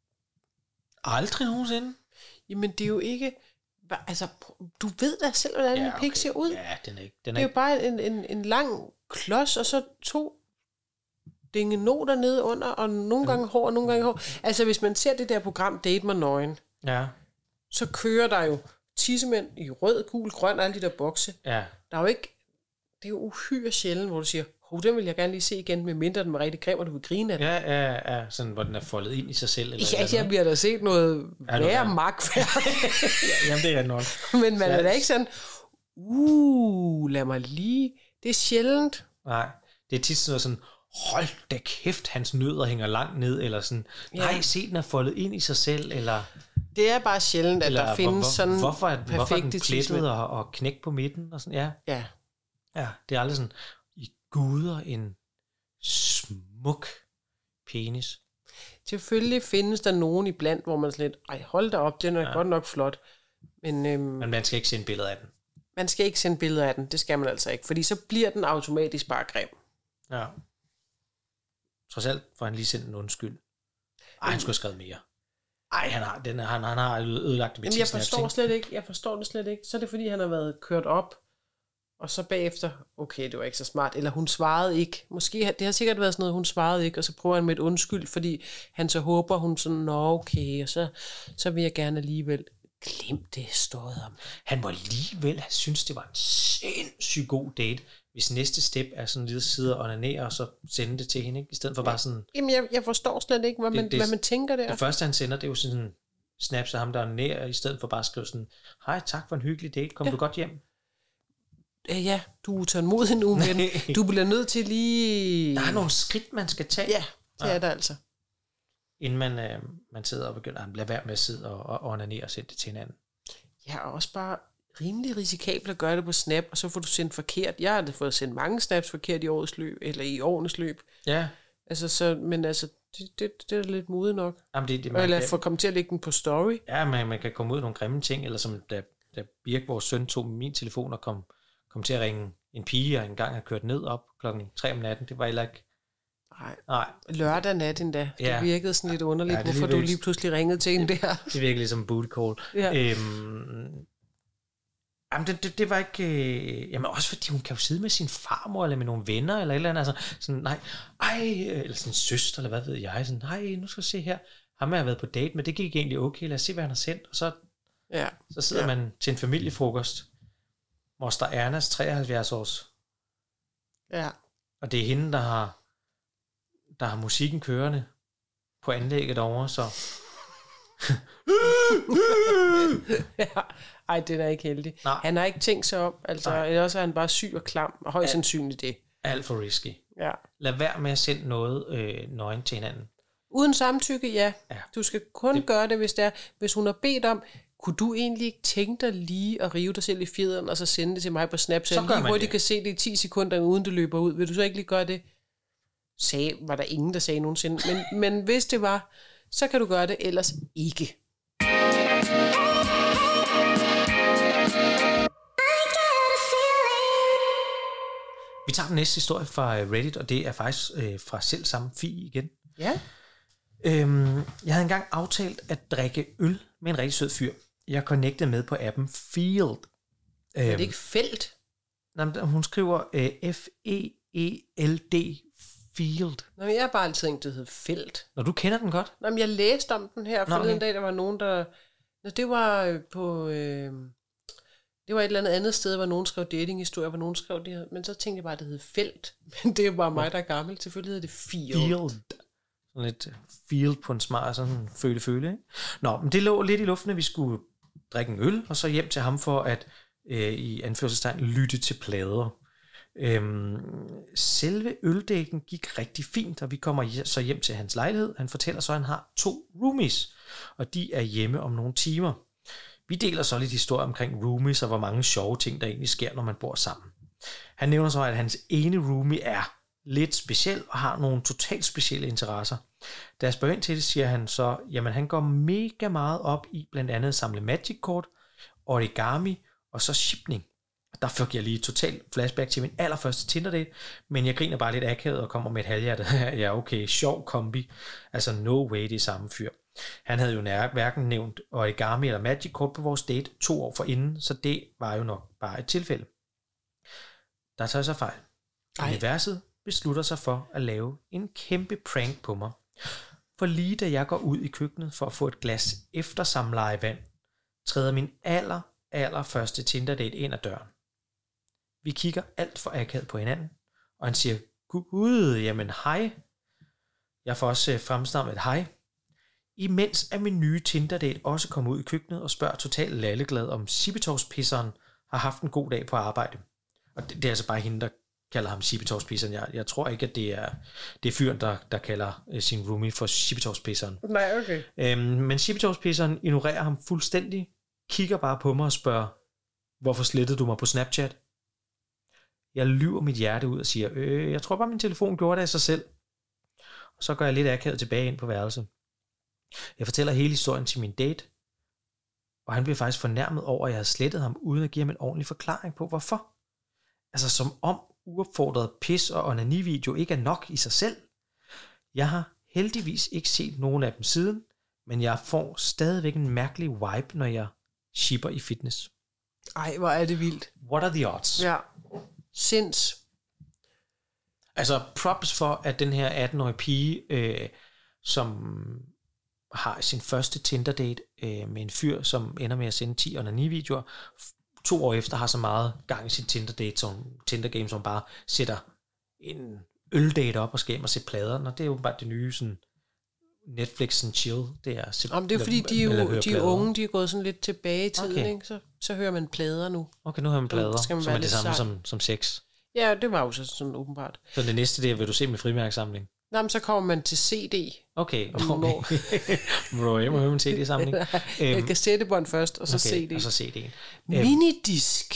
Aldrig nogensinde? Jamen, det er jo ikke, altså, du ved da selv, hvordan ja, en pik okay. ser ud. Ja, den er ikke. Den er det er ikke. jo bare en, en, en lang klods, og så to dingenoter nede under, og nogle gange hår, og nogle gange hår. Altså, hvis man ser det der program, Date mig nøgen, ja. så kører der jo tissemænd i rød, gul, grøn, alle de der bokse. Ja. Der er jo ikke, det er jo uhyre sjældent, hvor du siger, hov, den vil jeg gerne lige se igen, med mindre den var rigtig grim, og du vil grine af den. Ja, ja, ja, sådan, hvor den er foldet ind i sig selv. Eller ja, eller jeg bliver da set noget værre magtværk. ja, jamen, det er nok. Men man er da ikke sådan, uh, lad mig lige, det er sjældent. Nej, det er tit sådan noget sådan, hold da kæft, hans nødder hænger langt ned, eller sådan, nej, ja. Se, den er foldet ind i sig selv, eller... Det er bare sjældent, at eller, der findes hvor, sådan hvorfor er, perfekte hvorfor er den plettet og, og knæk på midten, og sådan, ja. Ja. Ja, det er aldrig sådan, i guder en smuk penis. Selvfølgelig findes der nogen iblandt, hvor man slet, ej, hold da op, den er ja. godt nok flot. Men, øhm, Men man skal ikke sende billeder af den. Man skal ikke sende billeder af den, det skal man altså ikke, fordi så bliver den automatisk bare grim. Ja. Trods alt får han lige sendt en undskyld. Ej, han skulle have skrevet mere. Ej, han har, den, han, han har ødelagt det med. Jamen, jeg forstår slet ikke, jeg forstår det slet ikke. Så er det fordi, han har været kørt op, og så bagefter, okay, det var ikke så smart, eller hun svarede ikke. Måske, det har sikkert været sådan noget, hun svarede ikke, og så prøver han med et undskyld, fordi han så håber, hun sådan, nå okay, og så, så vil jeg gerne alligevel glemme det stået om. Han må alligevel have synes det var en sindssygt god date, hvis næste step er sådan lidt sidde og onanere, og så sende det til hende, ikke? I stedet for bare sådan... Jamen, jeg, jeg forstår slet ikke, hvad, det, man, det, hvad man tænker der. Det første, han sender, det er jo sådan snaps af ham, der onanerer, i stedet for bare at skrive sådan, hej, tak for en hyggelig date, kom ja. Du godt hjem? Ja, du er utålmodig nu, men du bliver nødt til lige... Der er nogle skridt, man skal tage. Ja, det ja. er der altså. Inden man, øh, man sidder og begynder at lade være med at sidde og, og onanere og sende det til hinanden. Ja, og også bare rimelig risikabelt at gøre det på Snap, og så får du sendt forkert. Jeg har fået sendt mange snaps forkert i årets løb, eller i årenes løb. Ja. Altså, så, men altså, det, det, det er lidt modigt nok. Jamen, det, det, man eller kan, få komme til at lægge den på story. Ja, man, man kan komme ud af nogle grimme ting, eller som da, da Birk, vores søn, tog min telefon og kom, kom til at ringe en pige, og engang har kørt ned op klokken tre om natten. Det var heller ikke... Nej. Nej. Lørdag nat endda. Ja. Det virkede sådan lidt underligt, ja, hvorfor lige du lige pludselig ringede til en der. Det virkede ligesom booty call. Ja. Øhm, jamen, det, det, det var ikke... Øh, jamen, også fordi hun kan jo sidde med sin farmor, eller med nogle venner, eller et eller andet. Altså, sådan, nej, ej, eller sådan en søster, eller hvad ved jeg. Sådan, nej, nu skal jeg se her. Ham har jeg været på date med, det gik egentlig okay. Lad os se, hvad han har sendt. Og så, ja. så sidder ja. man til en familiefrokost. Moster Ernas treoghalvfjerds års. Ja. Og det er hende, der har... der har musikken kørende på anlægget derovre, så... ja, ej, det er ikke heldig. Nej. Han har ikke tænkt sig om, altså, eller også er han bare syg og klam, og højst sandsynligt det. Alt for risky. Ja. Lad være med at sende noget øh, nøgen til hinanden. Uden samtykke, ja. ja. Du skal kun det... gøre det, hvis det er, hvis hun har bedt om, kunne du egentlig ikke tænke dig lige at rive dig selv i fjederen, og så sende det til mig på Snap, så, så lige hurtigt kan se det i ti sekunder, uden det løber ud. Vil du så ikke lige gøre det? Sagde, var der ingen, der sagde nogensinde. Men, men hvis det var, så kan du gøre det, ellers ikke. Vi tager den næste historie fra Reddit, og det er faktisk øh, fra selv samme Fie igen. Ja. Øhm, jeg havde engang aftalt at drikke øl med en rigtig sød fyr. Jeg connectede med på appen Field. Øhm, er det ikke Felt? Hun skriver øh, F E E L D Field. Nå, jeg har bare altid tænkt, det hed Felt. Når du kender den godt? Nå, men jeg læste om den her forleden okay. dag, der var nogen, der... Nå, det var på... Øh... Det var et eller andet andet sted, hvor nogen skrev datinghistorier, hvor nogen skrev det her. Men så tænkte jeg bare, at det hed Felt. Men det er bare mig, der er gammel. Selvfølgelig hedder det Field. Field. Sådan lidt field på en smart, sådan føle-føle, ikke? Nå, men det lå lidt i luften, at vi skulle drikke en øl, og så hjem til ham for at, øh, i anførselstegn, lytte til plader. Øhm, selve øldaten gik rigtig fint, og vi kommer så hjem til hans lejlighed. Han fortæller så, at han har to roomies, og de er hjemme om nogle timer. Vi deler så lidt historie omkring roomies, og hvor mange sjove ting, der egentlig sker, når man bor sammen. Han nævner så, at hans ene roomie er lidt speciel, og har nogle totalt specielle interesser. Da jeg spørger ind til det, siger han så, jamen han går mega meget op i blandt andet at samle Magic-kort, origami og så shipning. Der fik jeg lige totalt flashback til min allerførste Tinder-date, men jeg griner bare lidt akavet og kommer med et halvhjerte. Ja, okay, sjov kombi. Altså no way, det er samme fyr. Han havde jo nær, hverken nævnt origami eller Magic-kort på vores date to år forinden, så det var jo nok bare et tilfælde. Der tager så fejl. Universet beslutter sig for at lave en kæmpe prank på mig. For lige da jeg går ud i køkkenet for at få et glas eftersamlejevand, træder min aller, aller første Tinder-date ind ad døren. Vi kigger alt for akavet på hinanden, og han siger, gud, jamen hej. Jeg får også fremstammet et hej. Imens er min nye Tinder-date også kommet ud i køkkenet og spørger totalt lalleglad, om Sibetov-pisseren har haft en god dag på arbejde. Og det, det er altså bare hende, der kalder ham Sibetov-pisseren. Jeg, jeg tror ikke, at det er, det er fyren, der, der kalder uh, sin roomie for Sibetov-pisseren. Nej, okay. Øhm, men Sibetov-pisseren ignorerer ham fuldstændig, kigger bare på mig og spørger, hvorfor slettede du mig på Snapchat? Jeg lyver mit hjerte ud og siger, øh, jeg tror bare, min telefon gjorde det af sig selv. Og så går jeg lidt akavet tilbage ind på værelset. Jeg fortæller hele historien til min date, og han bliver faktisk fornærmet over, at jeg havde slettet ham, uden at give ham en ordentlig forklaring på, hvorfor. Altså som om uopfordret pis og onani-video ikke er nok i sig selv. Jeg har heldigvis ikke set nogen af dem siden, men jeg får stadigvæk en mærkelig vibe, når jeg shipper i fitness. Ej, hvor er det vildt. What are the odds? Ja, sinds. Altså props for, at den her atten-årige pige, øh, som har sin første Tinder-date øh, med en fyr, som ender med at sende ti onani-videoer, to år efter har så meget gang i sin Tinder-date, som Tinder-game, som bare sætter en øldate op og skal hjem og se plader. Når det er jo bare det nye sådan Netflix and chill. Det er, se, Jamen, det er fordi, de er jo de er unge, de er gået sådan lidt tilbage i tiden, okay. Ikke? Så, så hører man plader nu. Okay, nu hører man plader, som er det samme som, som sex. Ja, det var jo så sådan åbenbart. Så det næste, det er, vil du se med frimærksamling? Nå, men så kommer man til C D. Okay, okay. Må du hjem og høre min C D-samling? Jeg kan kassettebånd først, og så okay, C D. og så C D'en. Minidisk.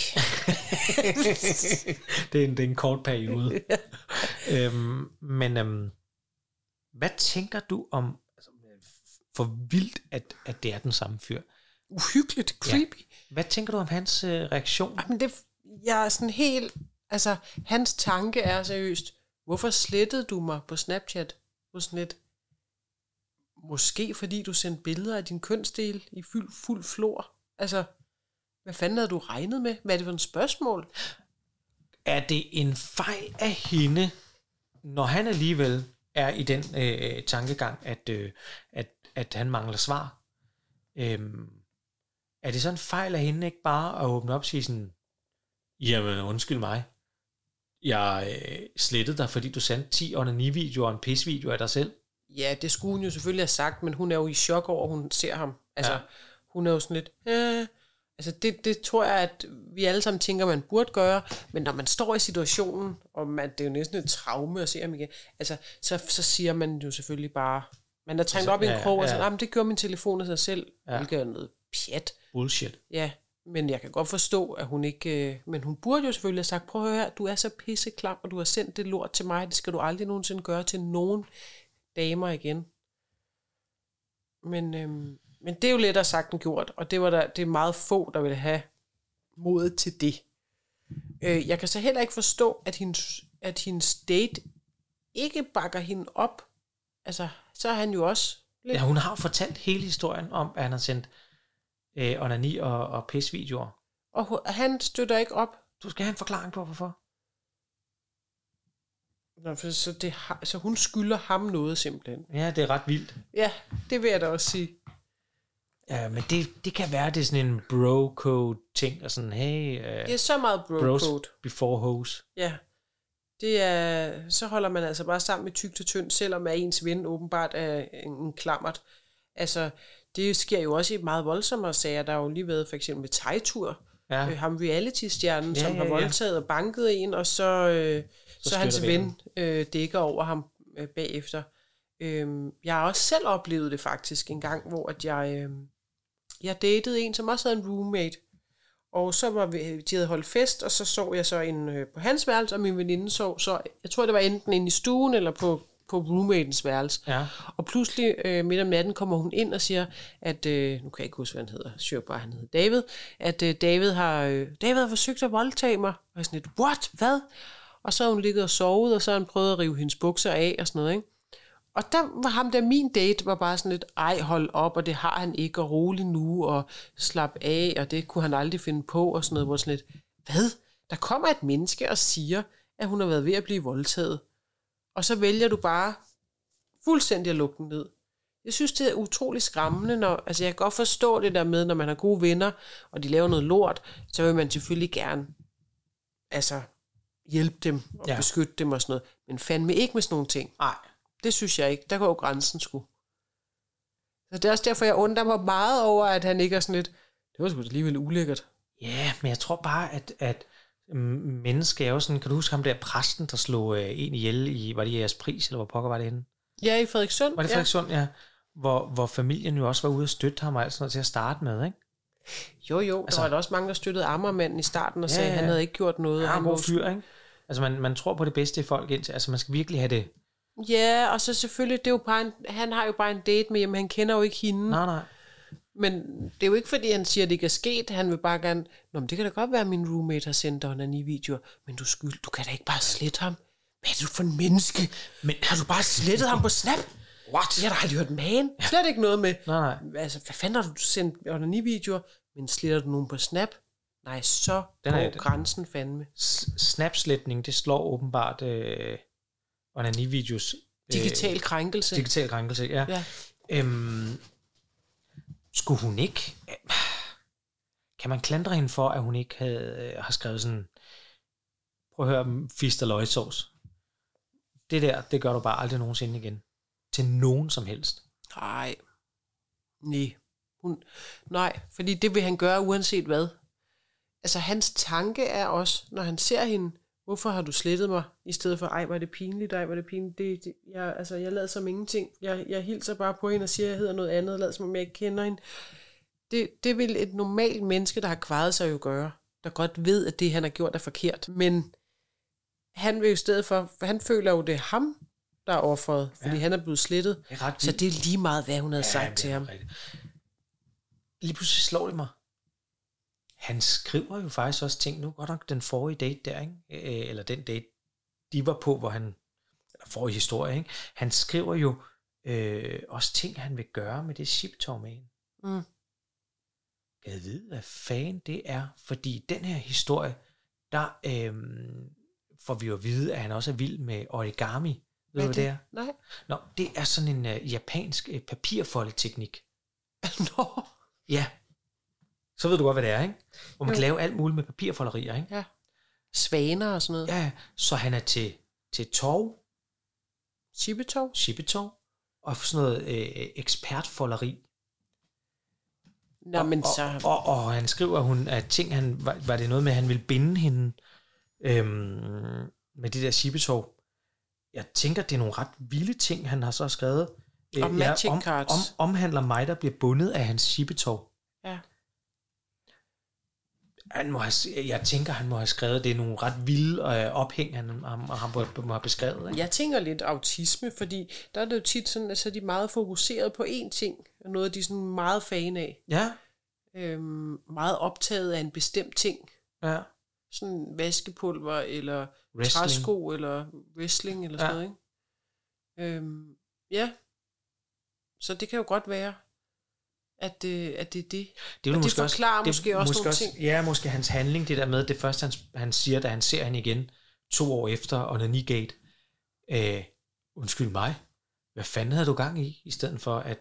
det, er en, det er en kort periode. øhm, men øhm, hvad tænker du om, altså, for vildt, at, at det er den samme fyr? Uhyggeligt, creepy. Ja. Hvad tænker du om hans øh, reaktion? Jamen det, jeg er sådan helt, altså hans tanke er seriøst, hvorfor slettede du mig på Snapchat? På sådan et, måske fordi du sendte billeder af din kønsdel i fuld, fuld flor. Altså, hvad fanden havde du regnet med? Hvad er det for et spørgsmål? Er det en fejl af hende, når han alligevel er i den øh, tankegang, at, øh, at, at han mangler svar? Øhm, er det så en fejl af hende ikke bare at åbne op og sige sådan, jamen undskyld mig, jeg øh, slettede dig, fordi du sendte ti onani-videoer og en pis-video af dig selv? Ja, det skulle hun jo selvfølgelig have sagt, men hun er jo i chok over, at hun ser ham. Altså, ja. Hun er jo sådan lidt, øh, altså det, det tror jeg, at vi alle sammen tænker, man burde gøre, men når man står i situationen, og man, det er jo næsten et traume at se ham igen, altså, så, så siger man jo selvfølgelig bare, man er trængt altså, op i en krog, ja, og så, ja. Det gjorde min telefon af sig selv, ja. Hvilket er noget pjat. Bullshit. Ja, men jeg kan godt forstå, at hun ikke, øh, men hun burde jo selvfølgelig have sagt, prøv at høre her, du er så pisseklam, og du har sendt det lort til mig, det skal du aldrig nogensinde gøre til nogen damer igen. Men, øhm, men det er jo lettere sagt end gjort, og det, var der, det er meget få, der vil have modet til det. Øh, jeg kan så heller ikke forstå, at hendes, at hendes date ikke bakker hende op. Altså, så er han jo også lidt... Ja, hun har fortalt hele historien om, at han har sendt øh, onani og, og pis-videoer. Og han støtter ikke op. Du skal have en forklaring på, hvorfor. Nå, for så, det, så hun skylder ham noget simpelthen. Ja, det er ret vildt. Ja, det vil jeg da også sige. Ja, men det, det kan være, det er sådan en bro-code-ting, og sådan, hey... Uh, det er så meget bro-code. Before hose. Ja. Det er, så holder man altså bare sammen med tyk til tynd, selvom at ens ven åbenbart er en klammert. Altså, det sker jo også i meget voldsommere sager. Der har jo lige været for eksempel med Tejtur, ja. øh, ham reality-stjernen, ja, som ja, har voldtaget ja. og banket en, og så, øh, så, så hans ven øh, dækker over ham øh, bagefter. Øh, jeg har også selv oplevet det faktisk en gang, hvor at jeg, øh, jeg datede en, som også havde en roommate. Og så var vi, de havde holdt fest, og så så jeg så en øh, på hans værelse, og min veninde så, så jeg tror, det var enten inde i stuen, eller på, på roommatens værelse. Ja. Og pludselig øh, midt om natten kommer hun ind og siger, at, øh, nu kan jeg ikke huske, hvad han hedder, sure bare, han hedder David, at øh, David, har, øh, David har forsøgt at voldtage mig. Og jeg sådan lidt, what? Hvad? Og så har hun ligget og sovet, og så har han prøvet at rive hendes bukser af, og sådan noget, ikke? Og der var ham der, min date var bare sådan lidt, ej, hold op, og det har han ikke, og rolig nu, og slap af, og det kunne han aldrig finde på, og sådan noget, hvor sådan lidt, hvad? Der kommer et menneske og siger, at hun har været ved at blive voldtaget, og så vælger du bare fuldstændig at lukke den ned. Jeg synes, det er utrolig skræmmende, når, altså jeg kan godt forstå det der med, når man har gode venner, og de laver noget lort, så vil man selvfølgelig gerne, altså, hjælpe dem, og ja. beskytte dem og sådan noget, men fandme ikke med sådan nogle ting. Nej. Det synes jeg ikke. Der går jo grænsen sgu. Så det er også derfor, jeg undrer mig meget over, at han ikke er sådan lidt, det var sgu alligevel ulækkert. Ja, men jeg tror bare, at, at mennesker er jo sådan, kan du huske ham der præsten, der slog øh, en ihjel i, var det i jeres pris, eller hvor pokker var det henne? Ja, i Frederikssund. Var det Frederikssund, ja. ja. Hvor, hvor familien jo også var ude og støtte ham og alt sådan noget til at starte med, ikke? Jo, jo. Altså, der var der også mange, der støttede Amagermanden i starten og sagde, ja, ja. at han havde ikke gjort noget. Ja, han var god fyr, ikke? Altså, man, man tror på det bedste i folk indtil, altså man skal virkelig have det. Ja, og så selvfølgelig, det er jo bare en, han har jo bare en date med, men han kender jo ikke hende. Nej, nej. Men det er jo ikke, fordi han siger, at det ikke er sket. Han vil bare gerne, nå, men det kan da godt være, at min roommate har sendt dig en ny video, men du skyld, du kan da ikke bare slette ham. Hvad er du for en menneske? Men har du bare slettet ham på Snap? What? Jeg har da aldrig hørt magen. Ja. Slet ikke noget med, nej, nej. Altså, hvad fanden har du sendt ny videoer, men sletter du nogen på Snap? Nej, så går grænsen fandme. Snapsletning, det slår åbenbart øh, onani-videos. Digital krænkelse. Digital krænkelse, ja. ja. Øhm, skulle hun ikke... Kan man klandre hende for, at hun ikke havde, har skrevet sådan... Prøv at høre, fist og løgsovs. Det der, det gør du bare aldrig nogensinde igen. Til nogen som helst. Nej. Nej. Hun, nej, fordi det vil han gøre uanset hvad. Altså hans tanke er også, når han ser hende, hvorfor har du slettet mig, i stedet for, ej, var det pinligt, ej, var det pinligt, det, det, jeg, altså, jeg lader som ingenting, jeg, jeg hilser bare på hende og siger, at jeg hedder noget andet, lader som om jeg ikke kender hende. Det, det vil et normalt menneske, der har kvaret sig jo gøre, der godt ved, at det, han har gjort, er forkert, men han vil jo i stedet for, for han føler jo, det er ham, der er offeret, fordi ja. han er blevet slettet, er så det er lige meget, hvad hun havde ja, sagt til ham. Rigtigt. Lige pludselig slår det mig. Han skriver jo faktisk også ting, nu godt nok den forrige date der, ikke? Eller den date, de var på, hvor han, eller forrige historie, ikke? Han skriver jo øh, også ting, han vil gøre med det ship-tog med hende. Mm. Jeg ved, hvad fanden det er, fordi den her historie, der øh, får vi jo at vide, at han også er vild med origami. Ved du, hvad det er? Nej. Nå, det er sådan en uh, japansk uh, papirfoldeteknik. Nå. Ja. Så ved du godt, hvad det er, ikke? Hvor man jo. kan lave alt muligt med papirfolderier, ikke? Ja. Svaner og sådan noget. Ja, så han er til, til tov. Shippetov. Shippetov. Og sådan noget øh, ekspertfolderi. Nå, og, men og, så... Og, og, og han skriver, hun, at ting, han, var, var det noget med, at han ville binde hende øhm, med det der shippetov. Jeg tænker, det er nogle ret vilde ting, han har så skrevet. Og øh, matching om, cards. Om, omhandler mig, der bliver bundet af hans shippetov. Ja. Han må have, jeg tænker, han må have skrevet, det er nogle ret vilde øh, ophæng, han, han, han må have beskrevet. Ikke? Jeg tænker lidt autisme, fordi der er det jo tit sådan, at så er de meget fokuseret på én ting, og noget, de er sådan meget fan af. Ja. Øhm, meget optaget af en bestemt ting. Ja. Sådan vaskepulver, eller wrestling. Træsko, eller wrestling, eller sådan ja. noget, ikke? Øhm, ja. Så det kan jo godt være, at det, at det er det. Det, og det forklarer også, måske det, også måske nogle også, ting. Ja, måske hans handling, det der med, det første han, han siger, da han ser hende igen, to år efter onanigate. Øh, undskyld mig, hvad fanden havde du gang i, i stedet for at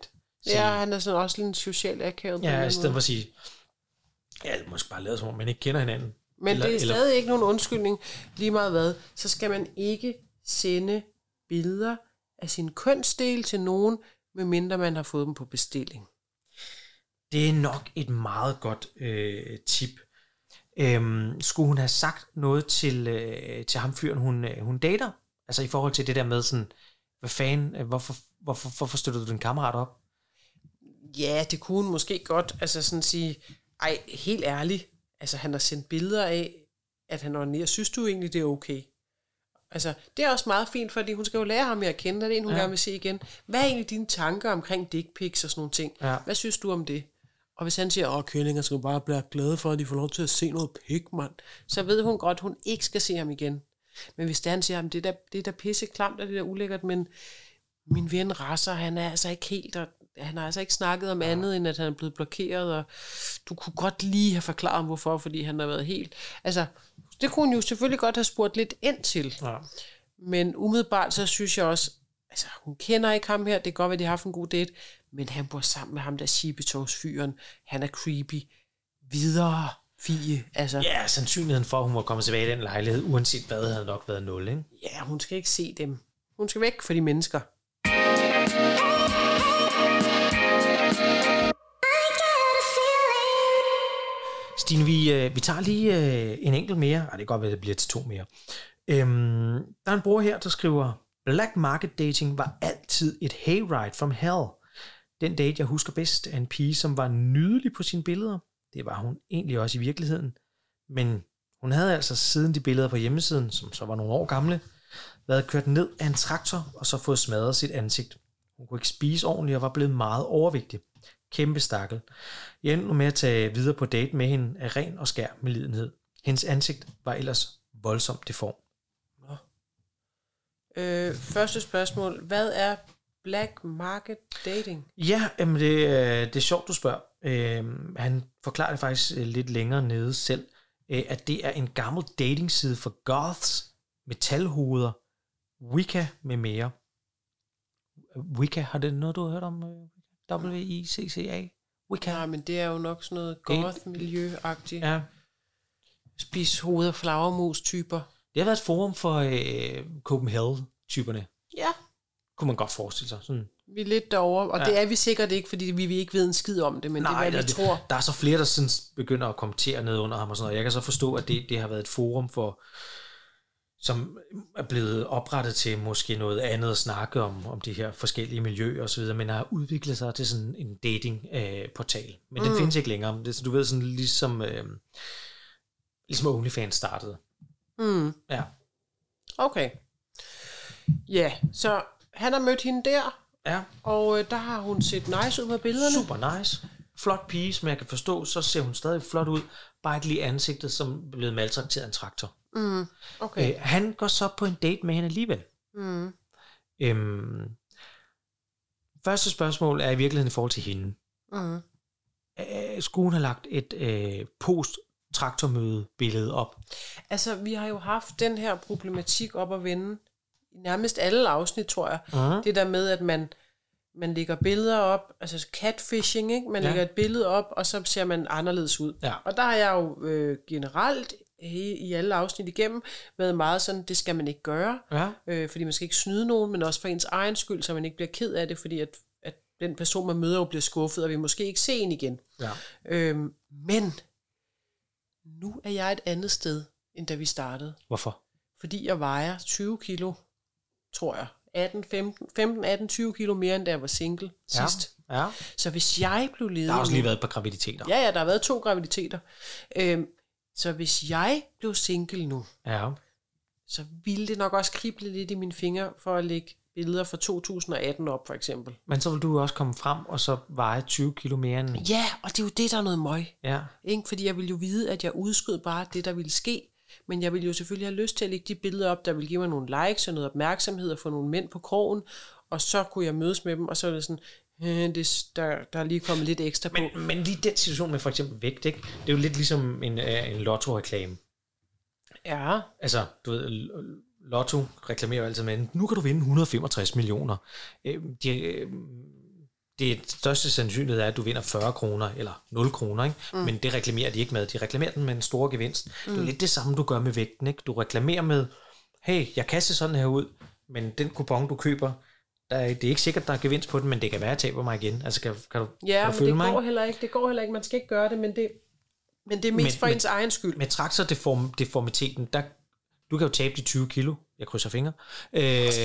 Ja, han er sådan også lidt socialt akavet. Ja, i stedet for at sige, ja, det måske bare lade som om, man ikke kender hinanden. Men eller, det er stadig eller... ikke nogen undskyldning, lige meget hvad. Så skal man ikke sende billeder af sin kønsdel til nogen, medmindre man har fået dem på bestilling. Det er nok et meget godt øh, tip. Øhm, skulle hun have sagt noget til, øh, til ham fyren, hun, øh, hun dater? Altså i forhold til det der med sådan, hvad fanden, øh, hvorfor, hvorfor, hvorfor støtter du din kammerat op? Ja, det kunne hun måske godt, altså sådan sige, ej, helt ærligt, altså han har sendt billeder af, at han onanerer, synes du egentlig, det er okay? Altså, det er også meget fint, fordi hun skal jo lære ham at kende, og det er en, hun ja. gerne vil se igen. Hvad er egentlig dine tanker omkring dick pics og sådan nogle ting? Ja. Hvad synes du om det? Og hvis han siger, åh, kællinger skal bare blive glade for, at de får lov til at se noget pik, mand, så ved hun godt, at hun ikke skal se ham igen. Men hvis han siger, at det er da, det er da pisse klamt, og det er da ulækkert, men min ven Rasser, han er altså ikke helt, og han har altså ikke snakket om andet, end at han er blevet blokeret, og du kunne godt lige have forklaret ham, hvorfor, fordi han har været helt... Altså, det kunne hun jo selvfølgelig godt have spurgt lidt ind til. Ja. Men umiddelbart, så synes jeg også, altså, hun kender ikke ham her, det kan godt være, at de har haft en god date, men han bor sammen med ham der Skibetogsfyren, han er creepy. Videre, Fie, altså... Ja, sandsynligheden for, at hun må komme tilbage i den lejlighed, uanset hvad, havde nok været nul, ikke? Ja, hun skal ikke se dem. Hun skal væk fra de mennesker. Stine, vi, øh, vi tager lige øh, en enkelt mere. Ej, det kan godt være, det bliver til to mere. Øhm, der er en bruger her, der skriver, Black market dating var altid et hayride from hell. Den date, jeg husker bedst, er en pige, som var nydelig på sine billeder. Det var hun egentlig også i virkeligheden. Men hun havde altså siden de billeder på hjemmesiden, som så var nogle år gamle, været kørt ned af en traktor, og så fået smadret sit ansigt. Hun kunne ikke spise ordentligt, og var blevet meget overvægtig. Kæmpe stakkel. Jeg endte nu med at tage videre på date med hende af ren og skær medlidenhed. Hendes ansigt var ellers voldsomt deform. Øh, første spørgsmål. Hvad er black market dating? Ja, jamen det, det er sjovt, du spørger. Øh, han forklarer det faktisk lidt længere nede selv, øh, at det er en gammel datingside for goths, metalhoveder, Wicca med mere. Wicca, har det noget, du har hørt om? W I C C A? Wicca? Nej, men det er jo nok sådan noget goth-miljø-agtigt. Ja. Spis hoveder, flagermus-typer. Det har været et forum for øh, Copenhagen-typerne. Ja. Kunne man godt forestille sig. Sådan. Vi er lidt derovre, og ja. Det er vi sikkert ikke, fordi vi, vi ikke ved en skid om det, men Nej, det er, hvad vi det, tror. Der er så flere, der sådan begynder at kommentere ned under ham og sådan noget. Jeg kan så forstå, at det, det har været et forum for, som er blevet oprettet til måske noget andet at snakke om, om de her forskellige miljøer og så videre, men har udviklet sig til sådan en dating-portal. Øh, men mm. den findes ikke længere. Det, så du ved, sådan ligesom, øh, ligesom OnlyFans startede. Mm. Ja. Okay. Ja, så han har mødt hende der, ja. Og øh, der har hun set nice ud på billederne. Super nice. Flot pige, som jeg kan forstå, så ser hun stadig flot ud. Bare ikke lige ansigtet, som er blevet maltrakteret af en traktor. Mm. Okay. Øh, han går så på en date med hende alligevel. Mm. Øhm, første spørgsmål er i virkeligheden i forhold til hende. Mm. Øh, skulle hun have lagt et øh, post-traktormøde-billede op? Altså, vi har jo haft den her problematik op at vende i nærmest alle afsnit, tror jeg. Mm. Det der med, at man, man lægger billeder op, altså catfishing, ikke? Man ja. lægger et billede op, og så ser man anderledes ud. Ja. Og der har jeg jo øh, generelt i alle afsnit igennem været meget sådan, det skal man ikke gøre, ja. øh, fordi man skal ikke snyde nogen, men også for ens egen skyld, så man ikke bliver ked af det, fordi at, at den person, man møder, jo bliver skuffet, og vi måske ikke se en igen. Ja. Øhm, men nu er jeg et andet sted, end da vi startede. Hvorfor? Fordi jeg vejer tyve kilo, tror jeg. atten, femten, atten, tyve kilo mere, end da jeg var single ja. sidst. Ja. Så hvis jeg blev ledig... Der har også lige været et par graviditeter. Ja, ja, der har været to graviditeter. Øhm, så hvis jeg blev single nu, ja. så ville det nok også krible lidt i mine fingre for at lægge billeder fra to tusind atten op, for eksempel. Men så vil du også komme frem, og så veje tyve kilo mere end... Ja, og det er jo det, der er noget møg. Ja. Ikke? Fordi jeg ville jo vide, at jeg udskød bare det, der ville ske. Men jeg ville jo selvfølgelig have lyst til at lægge de billeder op, der ville give mig nogle likes og noget opmærksomhed og få nogle mænd på krogen. Og så kunne jeg mødes med dem, og så er det sådan... Det, der, der er lige kommet lidt ekstra på. Men, men lige den situation med for eksempel vægt, ikke? Det er jo lidt ligesom en, en lotto-reklame. Ja. Altså, du ved, Lotto reklamerer jo altid med, nu kan du vinde et hundrede og femogtres millioner. De, det største sandsynlighed er, at du vinder fyrre kroner, eller nul kroner, ikke? Mm. Men det reklamerer de ikke med. De reklamerer den med en stor gevinst. Mm. Det er lidt det samme, du gør med vægten, ikke? Du reklamerer med, hey, jeg kan se sådan her ud, men den kupon, du køber, der er, det er ikke sikkert, der er gevinst på den, men det kan være, at jeg taber mig igen. Altså, kan, kan du, ja, kan du følge mig? Ja, men det går heller ikke. Det går heller ikke. Man skal ikke gøre det, men det, men det er mest men, for men, ens egen skyld. Med traktordeformiteten, der du kan jo tabe de tyve kilo. Jeg krydser fingre. Øh,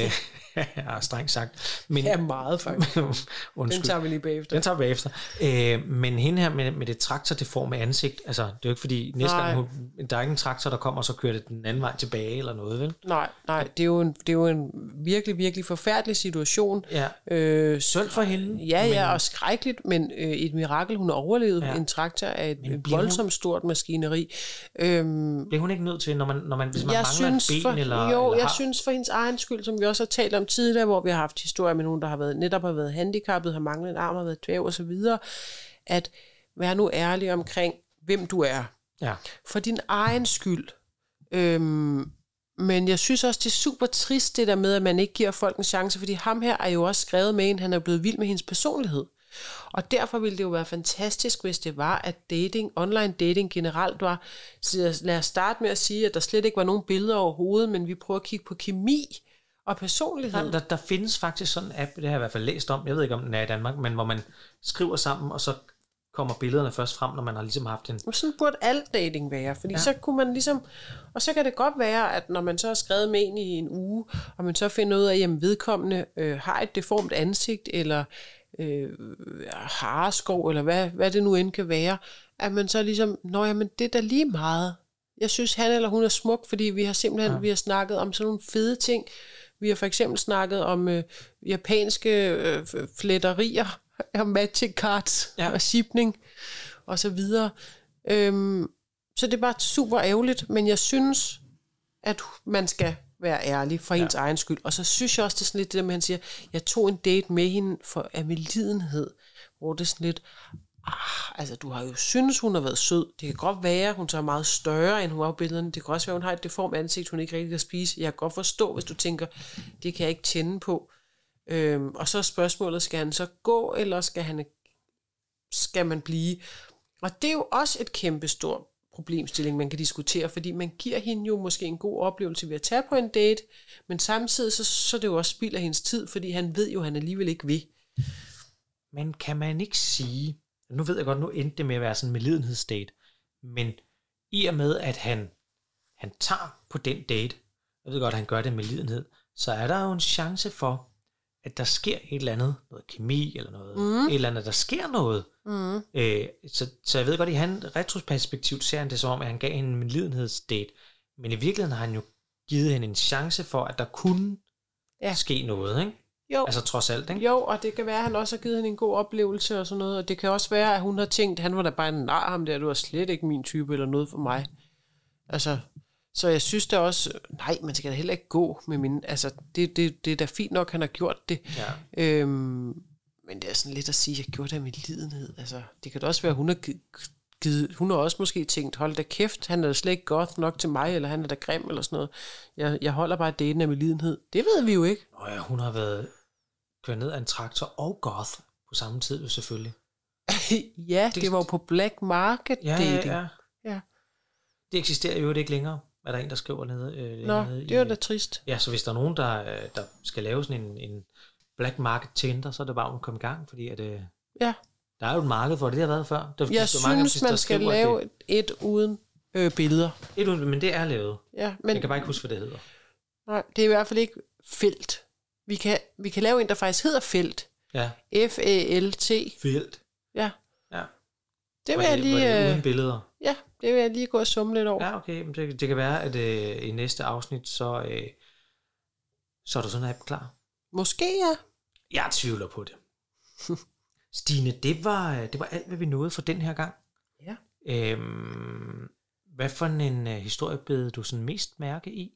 ja, strengt sagt. Men, ja, meget faktisk. Den tager vi lige bagefter. Den tager vi bagefter. Øh, men hende her med, med det traktordeforme ansigt, altså det er jo ikke fordi, næste nej. gang, hun, der er ikke en traktor, der kommer, og så kører det den anden vej tilbage, eller noget, vel? Nej, nej, det er jo en, det er jo en virkelig, virkelig forfærdelig situation. Ja, øh, synd for hende. Ja, men, ja, og skrækkeligt, men øh, et mirakel, hun har overlevet. Ja. En traktor er et voldsomt hun, stort maskineri. Øhm, bliver hun ikke nødt til, når man, når man, hvis man mangler et ben, for, eller... Jo, eller jeg har, synes for hendes egen skyld, som vi også har talt om tidligere, hvor vi har haft historier med nogen, der har været, netop har været handicappet, har manglet en arm, har været dvæv og så videre, at være nu ærlig omkring, hvem du er. Ja. For din egen skyld. Øhm, men jeg synes også, det er super trist, det der med, at man ikke giver folk en chance, fordi ham her er jo også skrevet med en, han er blevet vild med hendes personlighed. Og derfor ville det jo være fantastisk, hvis det var, at dating, online dating generelt var, så lad os starte med at sige, at der slet ikke var nogen billeder overhovedet, men vi prøver at kigge på kemi og personlighed. Der, der, der findes faktisk sådan en app, det har jeg i hvert fald læst om, jeg ved ikke om den er i Danmark, men hvor man skriver sammen, og så kommer billederne først frem, når man har ligesom haft en... Sådan burde alt dating være, fordi ja. så kunne man ligesom... Og så kan det godt være, at når man så har skrevet med en i en uge, og man så finder ud af, at jamen, vedkommende øh, har et deformt ansigt, eller øh, hareskov, eller hvad, hvad det nu end kan være, at man så ligesom, nå jamen, det er da lige meget. Jeg synes, han eller hun er smuk, fordi vi har simpelthen ja. vi har snakket om sådan nogle fede ting. Vi har for eksempel snakket om øh, japanske øh, fletterier, og magic cards, ja. og shipping, og så videre. Øhm, så det er bare super ærgerligt, men jeg synes, at man skal være ærlig for ja. hendes egen skyld. Og så synes jeg også, det er sådan lidt det der med, han siger, jeg tog en date med hende for af medlidenhed, hvor det er sådan lidt, ah, altså du har jo synes hun har været sød. Det kan godt være, hun så er meget større, end hun var på billederne. Det kan også være, hun har et deformt ansigt, hun ikke rigtig kan spise. Jeg kan godt forstå, hvis du tænker, det kan jeg ikke tænde på. Øhm, og så er spørgsmålet, skal han så gå, eller skal, han, skal man blive? Og det er jo også et kæmpe stort problemstilling, man kan diskutere, fordi man giver hende jo måske en god oplevelse ved at tage på en date, men samtidig så, så er det jo også spild af hendes tid, fordi han ved jo, han alligevel ikke vil. Men kan man ikke sige, nu ved jeg godt, nu endte det med at være sådan en medlidenhedsdate, men i og med, at han, han tager på den date, jeg ved godt, at han gør det med lidenhed, så er der jo en chance for, at der sker et eller andet, noget kemi eller noget, mm. et eller andet, der sker noget. Mm. Øh, så, så jeg ved godt, at i han retrospektivt ser han det som om, at han gav hende en medlidenhedsdate, men i virkeligheden har han jo givet hende en chance for, at der kunne ja. ske noget, ikke? Jo. Altså trods alt, ikke? Jo, og det kan være, at han også har givet hende en god oplevelse og sådan noget, og det kan også være, at hun har tænkt, han var da bare en nar, ham der, du er slet ikke min type eller noget for mig. Altså, så jeg synes da også, nej, man skal da heller ikke gå med min, altså, det, det, det er da fint nok, han har gjort det. Ja. Øhm, men det er sådan lidt at sige, at jeg gjorde det med lidenhed. Altså, det kan da også være, at hun har givet, hun har også måske tænkt, hold da kæft, han er da slet ikke goth nok til mig, eller han er da grim, eller sådan noget. Jeg, jeg holder bare daten af med lidenhed. Det ved vi jo ikke. Og ja, hun har været kørt ned af en traktor og goth på samme tid, selvfølgelig. ja, det, det var jo på black market ja, dating. Ja, ja. ja. Det eksisterer jo ikke længere. Er der en, der skriver nede? Øh, Nå, nede det er jo da trist. Ja, så hvis der er nogen, der, der skal lave sådan en, en black market Tinder, så er det bare at komme i gang, fordi at, øh, ja. der er jo et marked for det, det har været før. Der, jeg synes, mange, man skal lave det, et uden øh, billeder. Et uden, men det er lavet. Ja, men, jeg kan bare ikke huske, hvad det hedder. Nej, det er i hvert fald ikke felt. Vi kan, vi kan lave en, der faktisk hedder felt. Ja. F A L T. Felt. Ja. Ja. Det vil jeg lige... Var det uden billeder? Ja, det vil jeg lige gå og summe lidt over. Ja, okay. Men det, det kan være, at øh, i næste afsnit, så, øh, så er der sådan en app klar. Måske, ja. Jeg tvivler på det. Stine, det var, det var alt, hvad vi nåede for den her gang. Ja. Øhm, hvad for en uh, historie bed du sådan mest mærke i?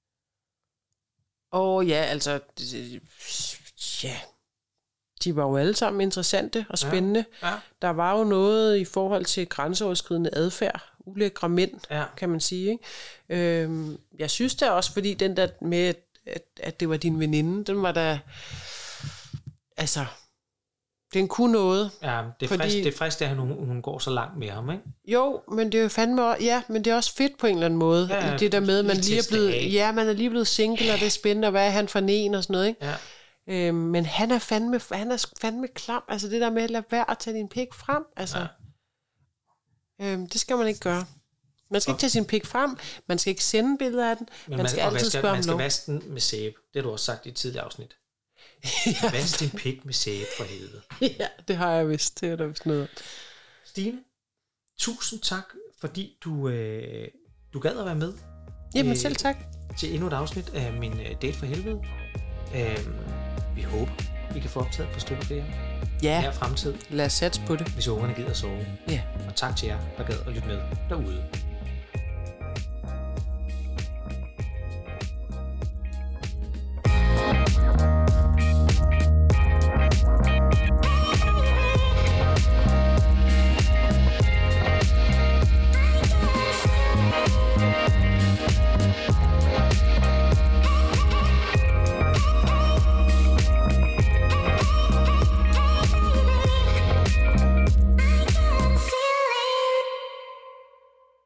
Åh oh, ja, altså... Ja... De var jo alle sammen interessante og spændende. Ja, ja. Der var jo noget i forhold til grænseoverskridende adfærd, ulækre mænd, ja. kan man sige. Ikke? Øhm, jeg synes da også, fordi den der med, at, at det var din veninde, den var da... Altså, Den kunne noget. Ja, det er fordi... frisk, det er frisk, at hun, hun går så langt med ham, ikke? Jo, men det er jo fandme også, ja, men det er også fedt på en eller anden måde. Ja, ja, det der med, at man lige er blevet, ja, man er lige blevet single, og det er spændende, og hvad er han for en og sådan noget, ikke? Ja. Øhm, men han er fandme, han er fandme klam. Altså det der med at lade være at tage din pik frem, altså, ja. øhm, det skal man ikke gøre. Man skal ikke tage sin pik frem, man skal ikke sende billeder af den, men man skal man, altid skal, spørge man om skal lov. vaske den med sæbe. Det har du også sagt i et tidligere afsnit. Ja. Vask din pik med sæbe for helvede. Ja, det har jeg vist. Det er der vist noget. Stine, tusind tak, fordi du, øh, du gad at være med. Jamen øh, selv tak. Til endnu et afsnit af min øh, date for helvede. Øh, vi håber, vi kan få optaget på stykker flere. Ja, her fremtid. Lad os satse på det. Hvis ungerne gider at sove. Ja. Og tak til jer, der gad at lytte med derude.